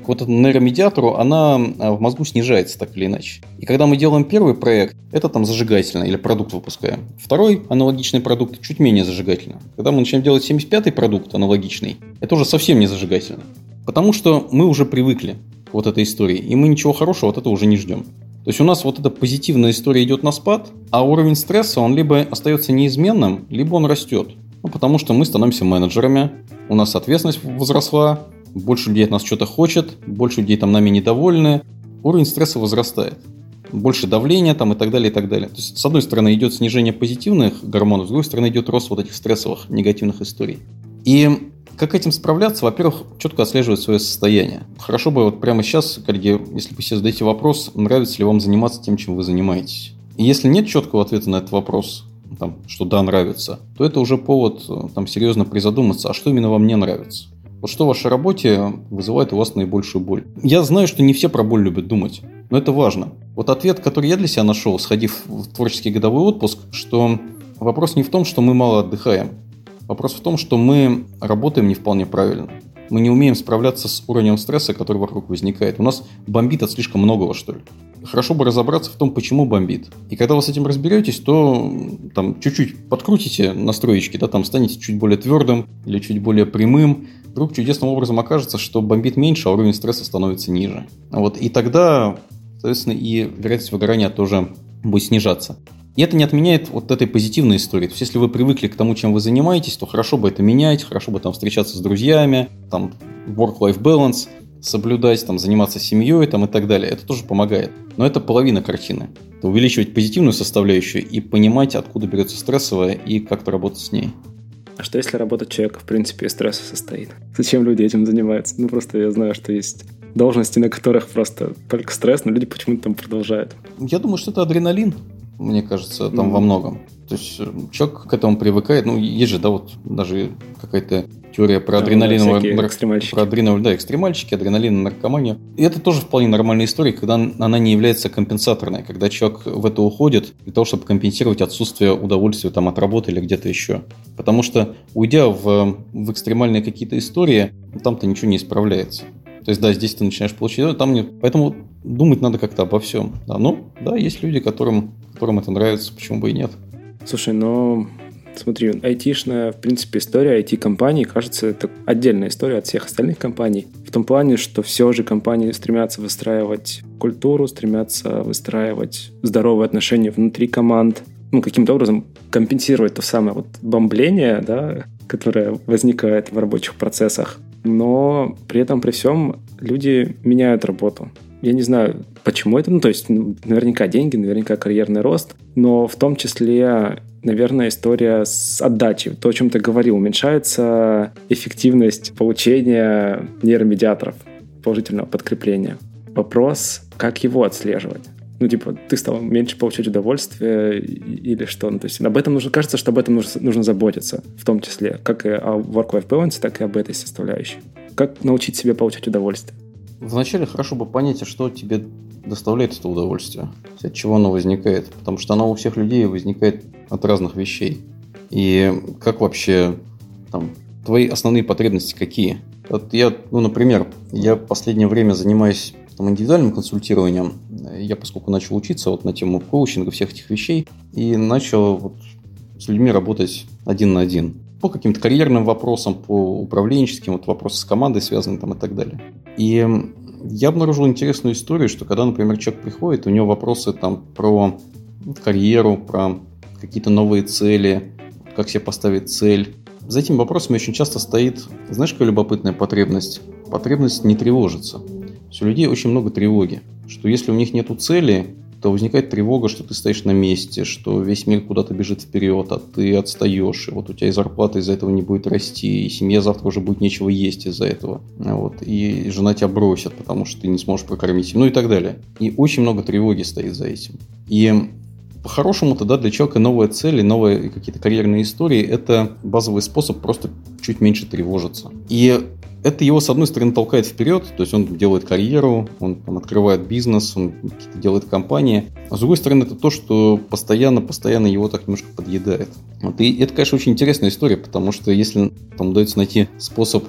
вот этому нейромедиатору, она в мозгу снижается так или иначе. И когда мы делаем первый проект, это там зажигательно, или продукт выпускаем. Второй аналогичный продукт чуть менее зажигательно. Когда мы начинаем делать 75-й продукт аналогичный, это уже совсем не зажигательно. Потому что мы уже привыкли к вот этой истории, и мы ничего хорошего от этого уже не ждем. То есть у нас вот эта позитивная история идет на спад, а уровень стресса, он либо остается неизменным, либо он растет. Потому что мы становимся менеджерами, у нас ответственность возросла, больше людей от нас что-то хочет, больше людей там нами недовольны, уровень стресса возрастает. Больше давления там и так далее, и так далее. То есть, с одной стороны, идет снижение позитивных гормонов, с другой стороны, идет рост вот этих стрессовых, негативных историй. И как этим справляться? Во-первых, четко отслеживать свое состояние. Хорошо бы вот прямо сейчас, коллеги, если вы себе задаете вопрос, нравится ли вам заниматься тем, чем вы занимаетесь. И если нет четкого ответа на этот вопрос, там, что да, нравится, то это уже повод там, серьезно призадуматься, а что именно вам не нравится. Вот что в вашей работе вызывает у вас наибольшую боль. Я знаю, что не все про боль любят думать, но это важно. Вот ответ, который я для себя нашел, сходив в творческий годовой отпуск, что вопрос не в том, что мы мало отдыхаем. Вопрос в том, что мы работаем не вполне правильно. Мы не умеем справляться с уровнем стресса, который вокруг возникает. У нас бомбит от слишком многого, что ли. Хорошо бы разобраться в том, почему бомбит. И когда вы с этим разберетесь, то там чуть-чуть подкрутите настроечки, да, там станете чуть более твердым или чуть более прямым. Вдруг чудесным образом окажется, что бомбит меньше, а уровень стресса становится ниже. Вот. И тогда, соответственно, и вероятность выгорания тоже будет снижаться. И это не отменяет вот этой позитивной истории. То есть, если вы привыкли к тому, чем вы занимаетесь, то хорошо бы это менять, хорошо бы там встречаться с друзьями, там work-life balance соблюдать, там заниматься семьей там, и так далее. Это тоже помогает. Но это половина картины. Это увеличивать позитивную составляющую и понимать, откуда берется стрессовая и как-то работать с ней. А что если работа человека, в принципе, из стресса состоит? Зачем люди этим занимаются? Ну, просто я знаю, что есть должности, на которых просто только стресс, но люди почему-то там продолжают. Я думаю, что это адреналин. Мне кажется, там во многом. То есть человек к этому привыкает. Ну, есть же, да, вот даже какая-то теория про экстремальщики, адреналин, наркоманию. И это тоже вполне нормальная история, когда она не является компенсаторной, когда человек в это уходит для того, чтобы компенсировать отсутствие удовольствия там, от работы или где-то еще. Потому что, уйдя в экстремальные какие-то истории, там-то ничего не исправляется. То есть, да, здесь ты начинаешь получать, там нет. Поэтому думать надо как-то обо всем. Да, ну, да, есть люди, которым это нравится, почему бы и нет. Слушай, но смотри, айтишная, в принципе, история IT-компаний, кажется, это отдельная история от всех остальных компаний. В том плане, что все же компании стремятся выстраивать культуру, стремятся выстраивать здоровые отношения внутри команд, ну, каким-то образом компенсировать то самое вот бомбление, да, которое возникает в рабочих процессах. Но при этом, при всем, люди меняют работу. Я не знаю, почему это. Ну, то есть, наверняка деньги, наверняка карьерный рост, но в том числе, наверное, история с отдачей. То, о чем ты говорил, уменьшается эффективность получения нейромедиаторов, положительного подкрепления. Вопрос, как его отслеживать? Ну, типа, ты стал меньше получать удовольствие или что? Ну, то есть, об этом нужно, кажется, что об этом нужно заботиться, в том числе, как и о work-life balance, так и об этой составляющей. Как научить себя получать удовольствие? Вначале хорошо бы понять, что тебе доставляет это удовольствие, от чего оно возникает, потому что оно у всех людей возникает от разных вещей. И как вообще там твои основные потребности какие? Вот я, например, я в последнее время занимаюсь индивидуальным консультированием. Я, поскольку начал учиться вот на тему коучинга, всех этих вещей, и начал вот с людьми работать один на один. По каким-то карьерным вопросам, по управленческим, вот вопросы с командой связаны там и так далее. И я обнаружил интересную историю, что когда, например, человек приходит, у него вопросы там про карьеру, про какие-то новые цели, как себе поставить цель. За этими вопросами очень часто стоит, знаешь, какая любопытная потребность? Потребность не тревожиться. У людей очень много тревоги, что если у них нету цели, то возникает тревога, что ты стоишь на месте, что весь мир куда-то бежит вперед, а ты отстаешь, и вот у тебя и зарплата из-за этого не будет расти, и семье завтра уже будет нечего есть из-за этого, вот, и жена тебя бросит, потому что ты не сможешь прокормить семью, ну и так далее. И очень много тревоги стоит за этим. И по-хорошему-то, да, для человека новая цель и новые какие-то карьерные истории – это базовый способ просто чуть меньше тревожиться. И это его, с одной стороны, толкает вперед, то есть он делает карьеру, он там открывает бизнес, он какие-то делает компании. А с другой стороны, это то, что постоянно его так немножко подъедает. Вот. И это, конечно, очень интересная история, потому что если там удается найти способ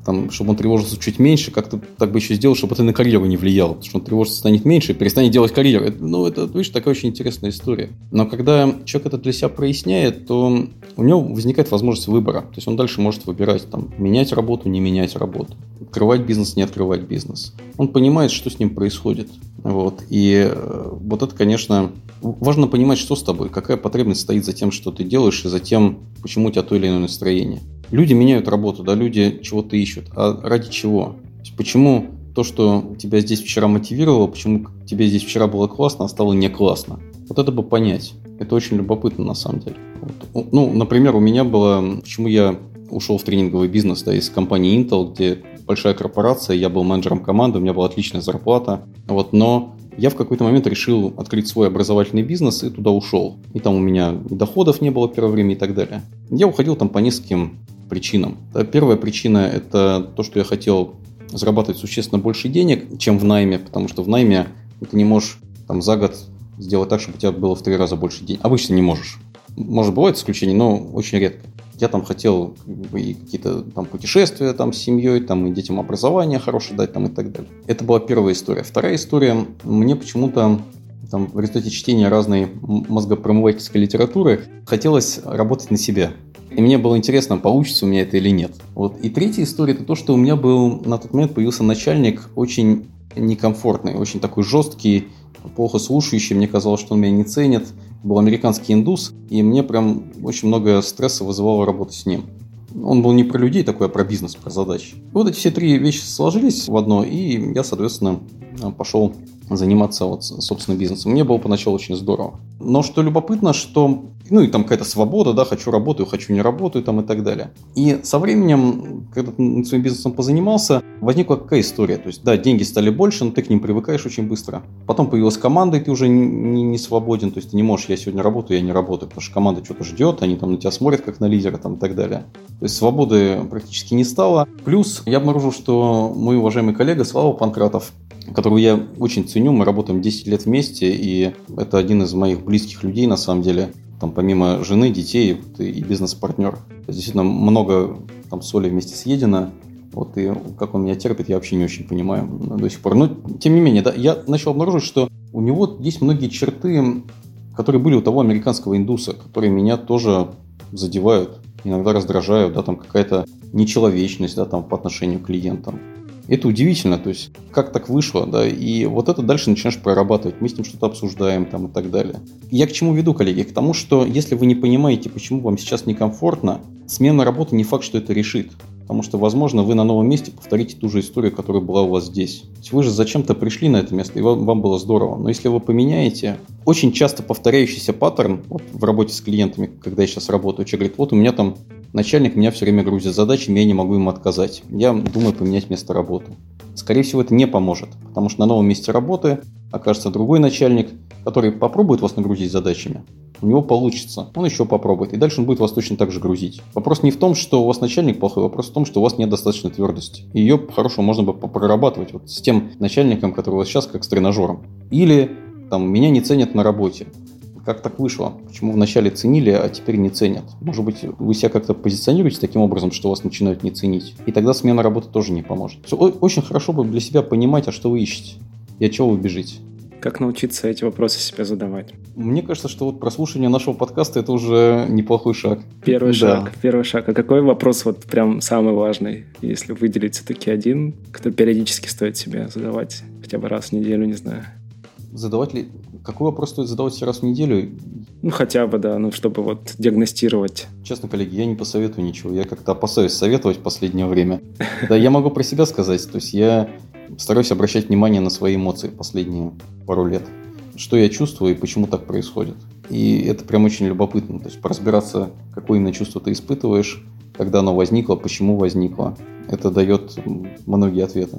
там, чтобы он тревожился чуть меньше, как-то так бы еще сделал, чтобы это на карьеру не влияло, потому что он тревожиться станет меньше и перестанет делать карьеру. Это, видишь, такая очень интересная история. Но когда человек это для себя проясняет, то у него возникает возможность выбора. То есть он дальше может выбирать, там, менять работу, не менять работу, открывать бизнес, не открывать бизнес. Он понимает, что с ним происходит. Вот. И вот это, конечно, важно понимать, что с тобой, какая потребность стоит за тем, что ты делаешь, и за тем, почему у тебя то или иное настроение. Люди меняют работу, да, люди чего-то ищут. А ради чего? То есть почему то, что тебя здесь вчера мотивировало, почему тебе здесь вчера было классно, а стало не классно? Вот это бы понять. Это очень любопытно на самом деле. Вот. Ну, например, у меня было, почему я ушел в тренинговый бизнес, да, из компании Intel, где большая корпорация, я был менеджером команды, у меня была отличная зарплата, вот, но я в какой-то момент решил открыть свой образовательный бизнес и туда ушел. И там у меня доходов не было первое время и так далее. Я уходил там по нескольким причинам. Первая причина – это то, что я хотел зарабатывать существенно больше денег, чем в найме, потому что в найме ты не можешь там за год сделать так, чтобы у тебя было в 3 раза больше денег. Обычно не можешь. Может, бывают исключения, но очень редко. Я там хотел и какие-то там путешествия там, с семьей, там, и детям образование хорошее дать там, и так далее. Это была первая история. Вторая история. Мне почему-то там, в результате чтения разной мозгопромывательской литературы хотелось работать на себя. И мне было интересно, получится у меня это или нет. Вот. И третья история – это то, что у меня был на тот момент появился начальник очень некомфортный, очень такой жесткий, плохо слушающий. Мне казалось, что он меня не ценит. Был американский индус, и мне прям очень много стресса вызывало работа с ним. Он был не про людей такой, а про бизнес, про задачи. И вот эти все 3 вещи сложились в одно, и я, соответственно, пошел заниматься вот, собственно, бизнесом. Мне было поначалу очень здорово. Но что любопытно, что, ну и там какая-то свобода, да, хочу работаю, хочу не работаю, там и так далее. И со временем, когда ты над своим бизнесом позанимался, возникла какая история. То есть, да, деньги стали больше, но ты к ним привыкаешь очень быстро. Потом появилась команда, и ты уже не свободен. То есть, ты не можешь, я сегодня работаю, я не работаю, потому что команда что-то ждет, они там на тебя смотрят, как на лидера, там и так далее. То есть, свободы практически не стало. Плюс, я обнаружил, что мой уважаемый коллега Слава Панкратов, которого я очень ценю, мы работаем 10 лет вместе, и это один из моих близких людей, на самом деле, там, помимо жены, детей и бизнес-партнер. Действительно, много там соли вместе съедено, вот, и как он меня терпит, я вообще не очень понимаю до сих пор. Но, тем не менее, да, я начал обнаружить, что у него есть многие черты, которые были у того американского индуса, которые меня тоже задевают, иногда раздражают, да, там какая-то нечеловечность, да, там, по отношению к клиентам. Это удивительно, то есть, как так вышло, да, и вот это дальше начинаешь прорабатывать, мы с ним что-то обсуждаем, там, и так далее. Я к чему веду, коллеги? К тому, что если вы не понимаете, почему вам сейчас некомфортно, смена работы не факт, что это решит. Потому что, возможно, вы на новом месте повторите ту же историю, которая была у вас здесь. То есть вы же зачем-то пришли на это место, и вам было здорово. Но если вы поменяете, очень часто повторяющийся паттерн вот, в работе с клиентами, когда я сейчас работаю, человек говорит, вот у меня там начальник меня все время грузит задачами, я не могу ему отказать. Я думаю поменять место работы. Скорее всего, это не поможет, потому что на новом месте работы окажется другой начальник, который попробует вас нагрузить задачами. У него получится, он еще попробует, и дальше он будет вас точно так же грузить. Вопрос не в том, что у вас начальник плохой, вопрос в том, что у вас нет достаточной твердости. И ее по-хорошему можно бы прорабатывать вот с тем начальником, который у вас сейчас как с тренажером. Или там, меня не ценят на работе. Как так вышло? Почему вначале ценили, а теперь не ценят? Может быть, вы себя как-то позиционируете таким образом, что вас начинают не ценить? И тогда смена работы тоже не поможет. Очень хорошо бы для себя понимать, а что вы ищете и от чего вы бежите. Как научиться эти вопросы себе задавать? Мне кажется, что вот прослушивание нашего подкаста – это уже неплохой шаг. Первый шаг. А какой вопрос вот прям самый важный, если выделить все-таки один, который периодически стоит себе задавать хотя бы раз в неделю, не знаю? Задавать ли... Какой вопрос стоит задавать себе раз в неделю? Ну, хотя бы, да, чтобы вот диагностировать. Честно, коллеги, я не посоветую ничего. Я как-то опасаюсь советовать в последнее время. Да, я могу про себя сказать. То есть я стараюсь обращать внимание на свои эмоции последние пару лет. Что я чувствую и почему так происходит. И это прям очень любопытно. То есть поразбираться, какое именно чувство ты испытываешь, когда оно возникло, почему возникло. Это дает многие ответы.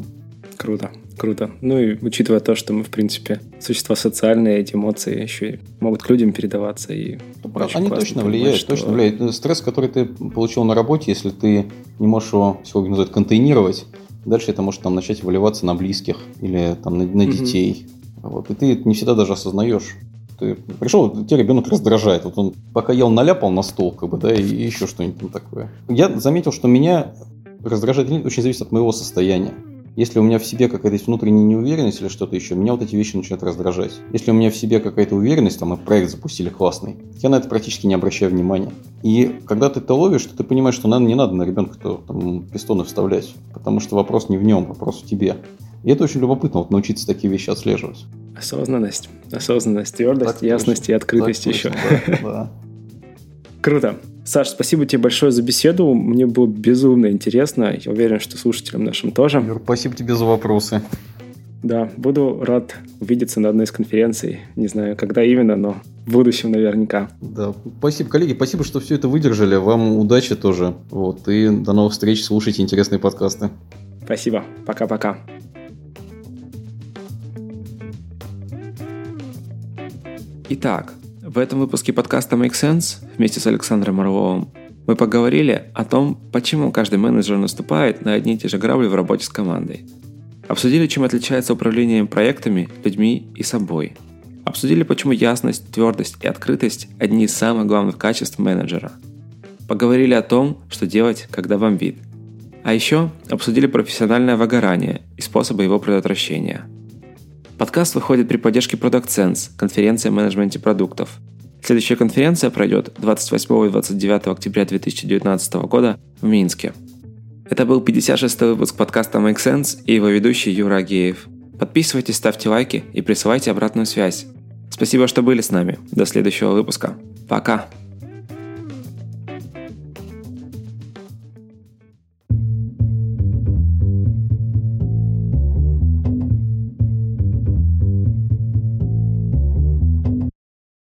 Круто. Ну и учитывая то, что мы, в принципе, существа социальные, эти эмоции еще и могут к людям передаваться. И они точно влияют. Стресс, который ты получил на работе, если ты не можешь его, сегодня называют, контейнировать, дальше это может там, начать выливаться на близких или там, на детей. Вот. И ты это не всегда даже осознаешь. Ты пришел, тебя ребенок раздражает. Вот он пока ел, наляпал на стол, как бы, да, и еще что-нибудь там такое. Я заметил, что меня раздражает или нет, очень зависит от моего состояния. Если у меня в себе какая-то есть внутренняя неуверенность или что-то еще, меня вот эти вещи начинают раздражать. Если у меня в себе какая-то уверенность, там, мы проект запустили классный, я на это практически не обращаю внимания. И когда ты это ловишь, то ты понимаешь, что не надо на ребенка пистоны вставлять, потому что вопрос не в нем, вопрос в тебе. И это очень любопытно, вот научиться такие вещи отслеживать. Осознанность, твердость, ясность и открытость еще. Да. Круто. Саш, спасибо тебе большое за беседу. Мне было безумно интересно. Я уверен, что слушателям нашим тоже. Юр, спасибо тебе за вопросы. Да, буду рад увидеться на одной из конференций. Не знаю, когда именно, но в будущем наверняка. Да, спасибо, коллеги, спасибо, что все это выдержали. Вам удачи тоже. Вот, и до новых встреч. Слушайте интересные подкасты. Спасибо. Пока-пока. Итак, в этом выпуске подкаста Make Sense вместе с Александром Орловым мы поговорили о том, почему каждый менеджер наступает на одни и те же грабли в работе с командой. Обсудили, чем отличается управление проектами, людьми и собой. Обсудили, почему ясность, твердость и открытость – одни из самых главных качеств менеджера. Поговорили о том, что делать, когда бомбит. А еще обсудили профессиональное выгорание и способы его предотвращения. Подкаст выходит при поддержке Product Sense, конференции о менеджменте продуктов. Следующая конференция пройдет 28 и 29 октября 2019 года в Минске. Это был 56-й выпуск подкаста Make Sense и его ведущий Юра Агеев. Подписывайтесь, ставьте лайки и присылайте обратную связь. Спасибо, что были с нами. До следующего выпуска. Пока!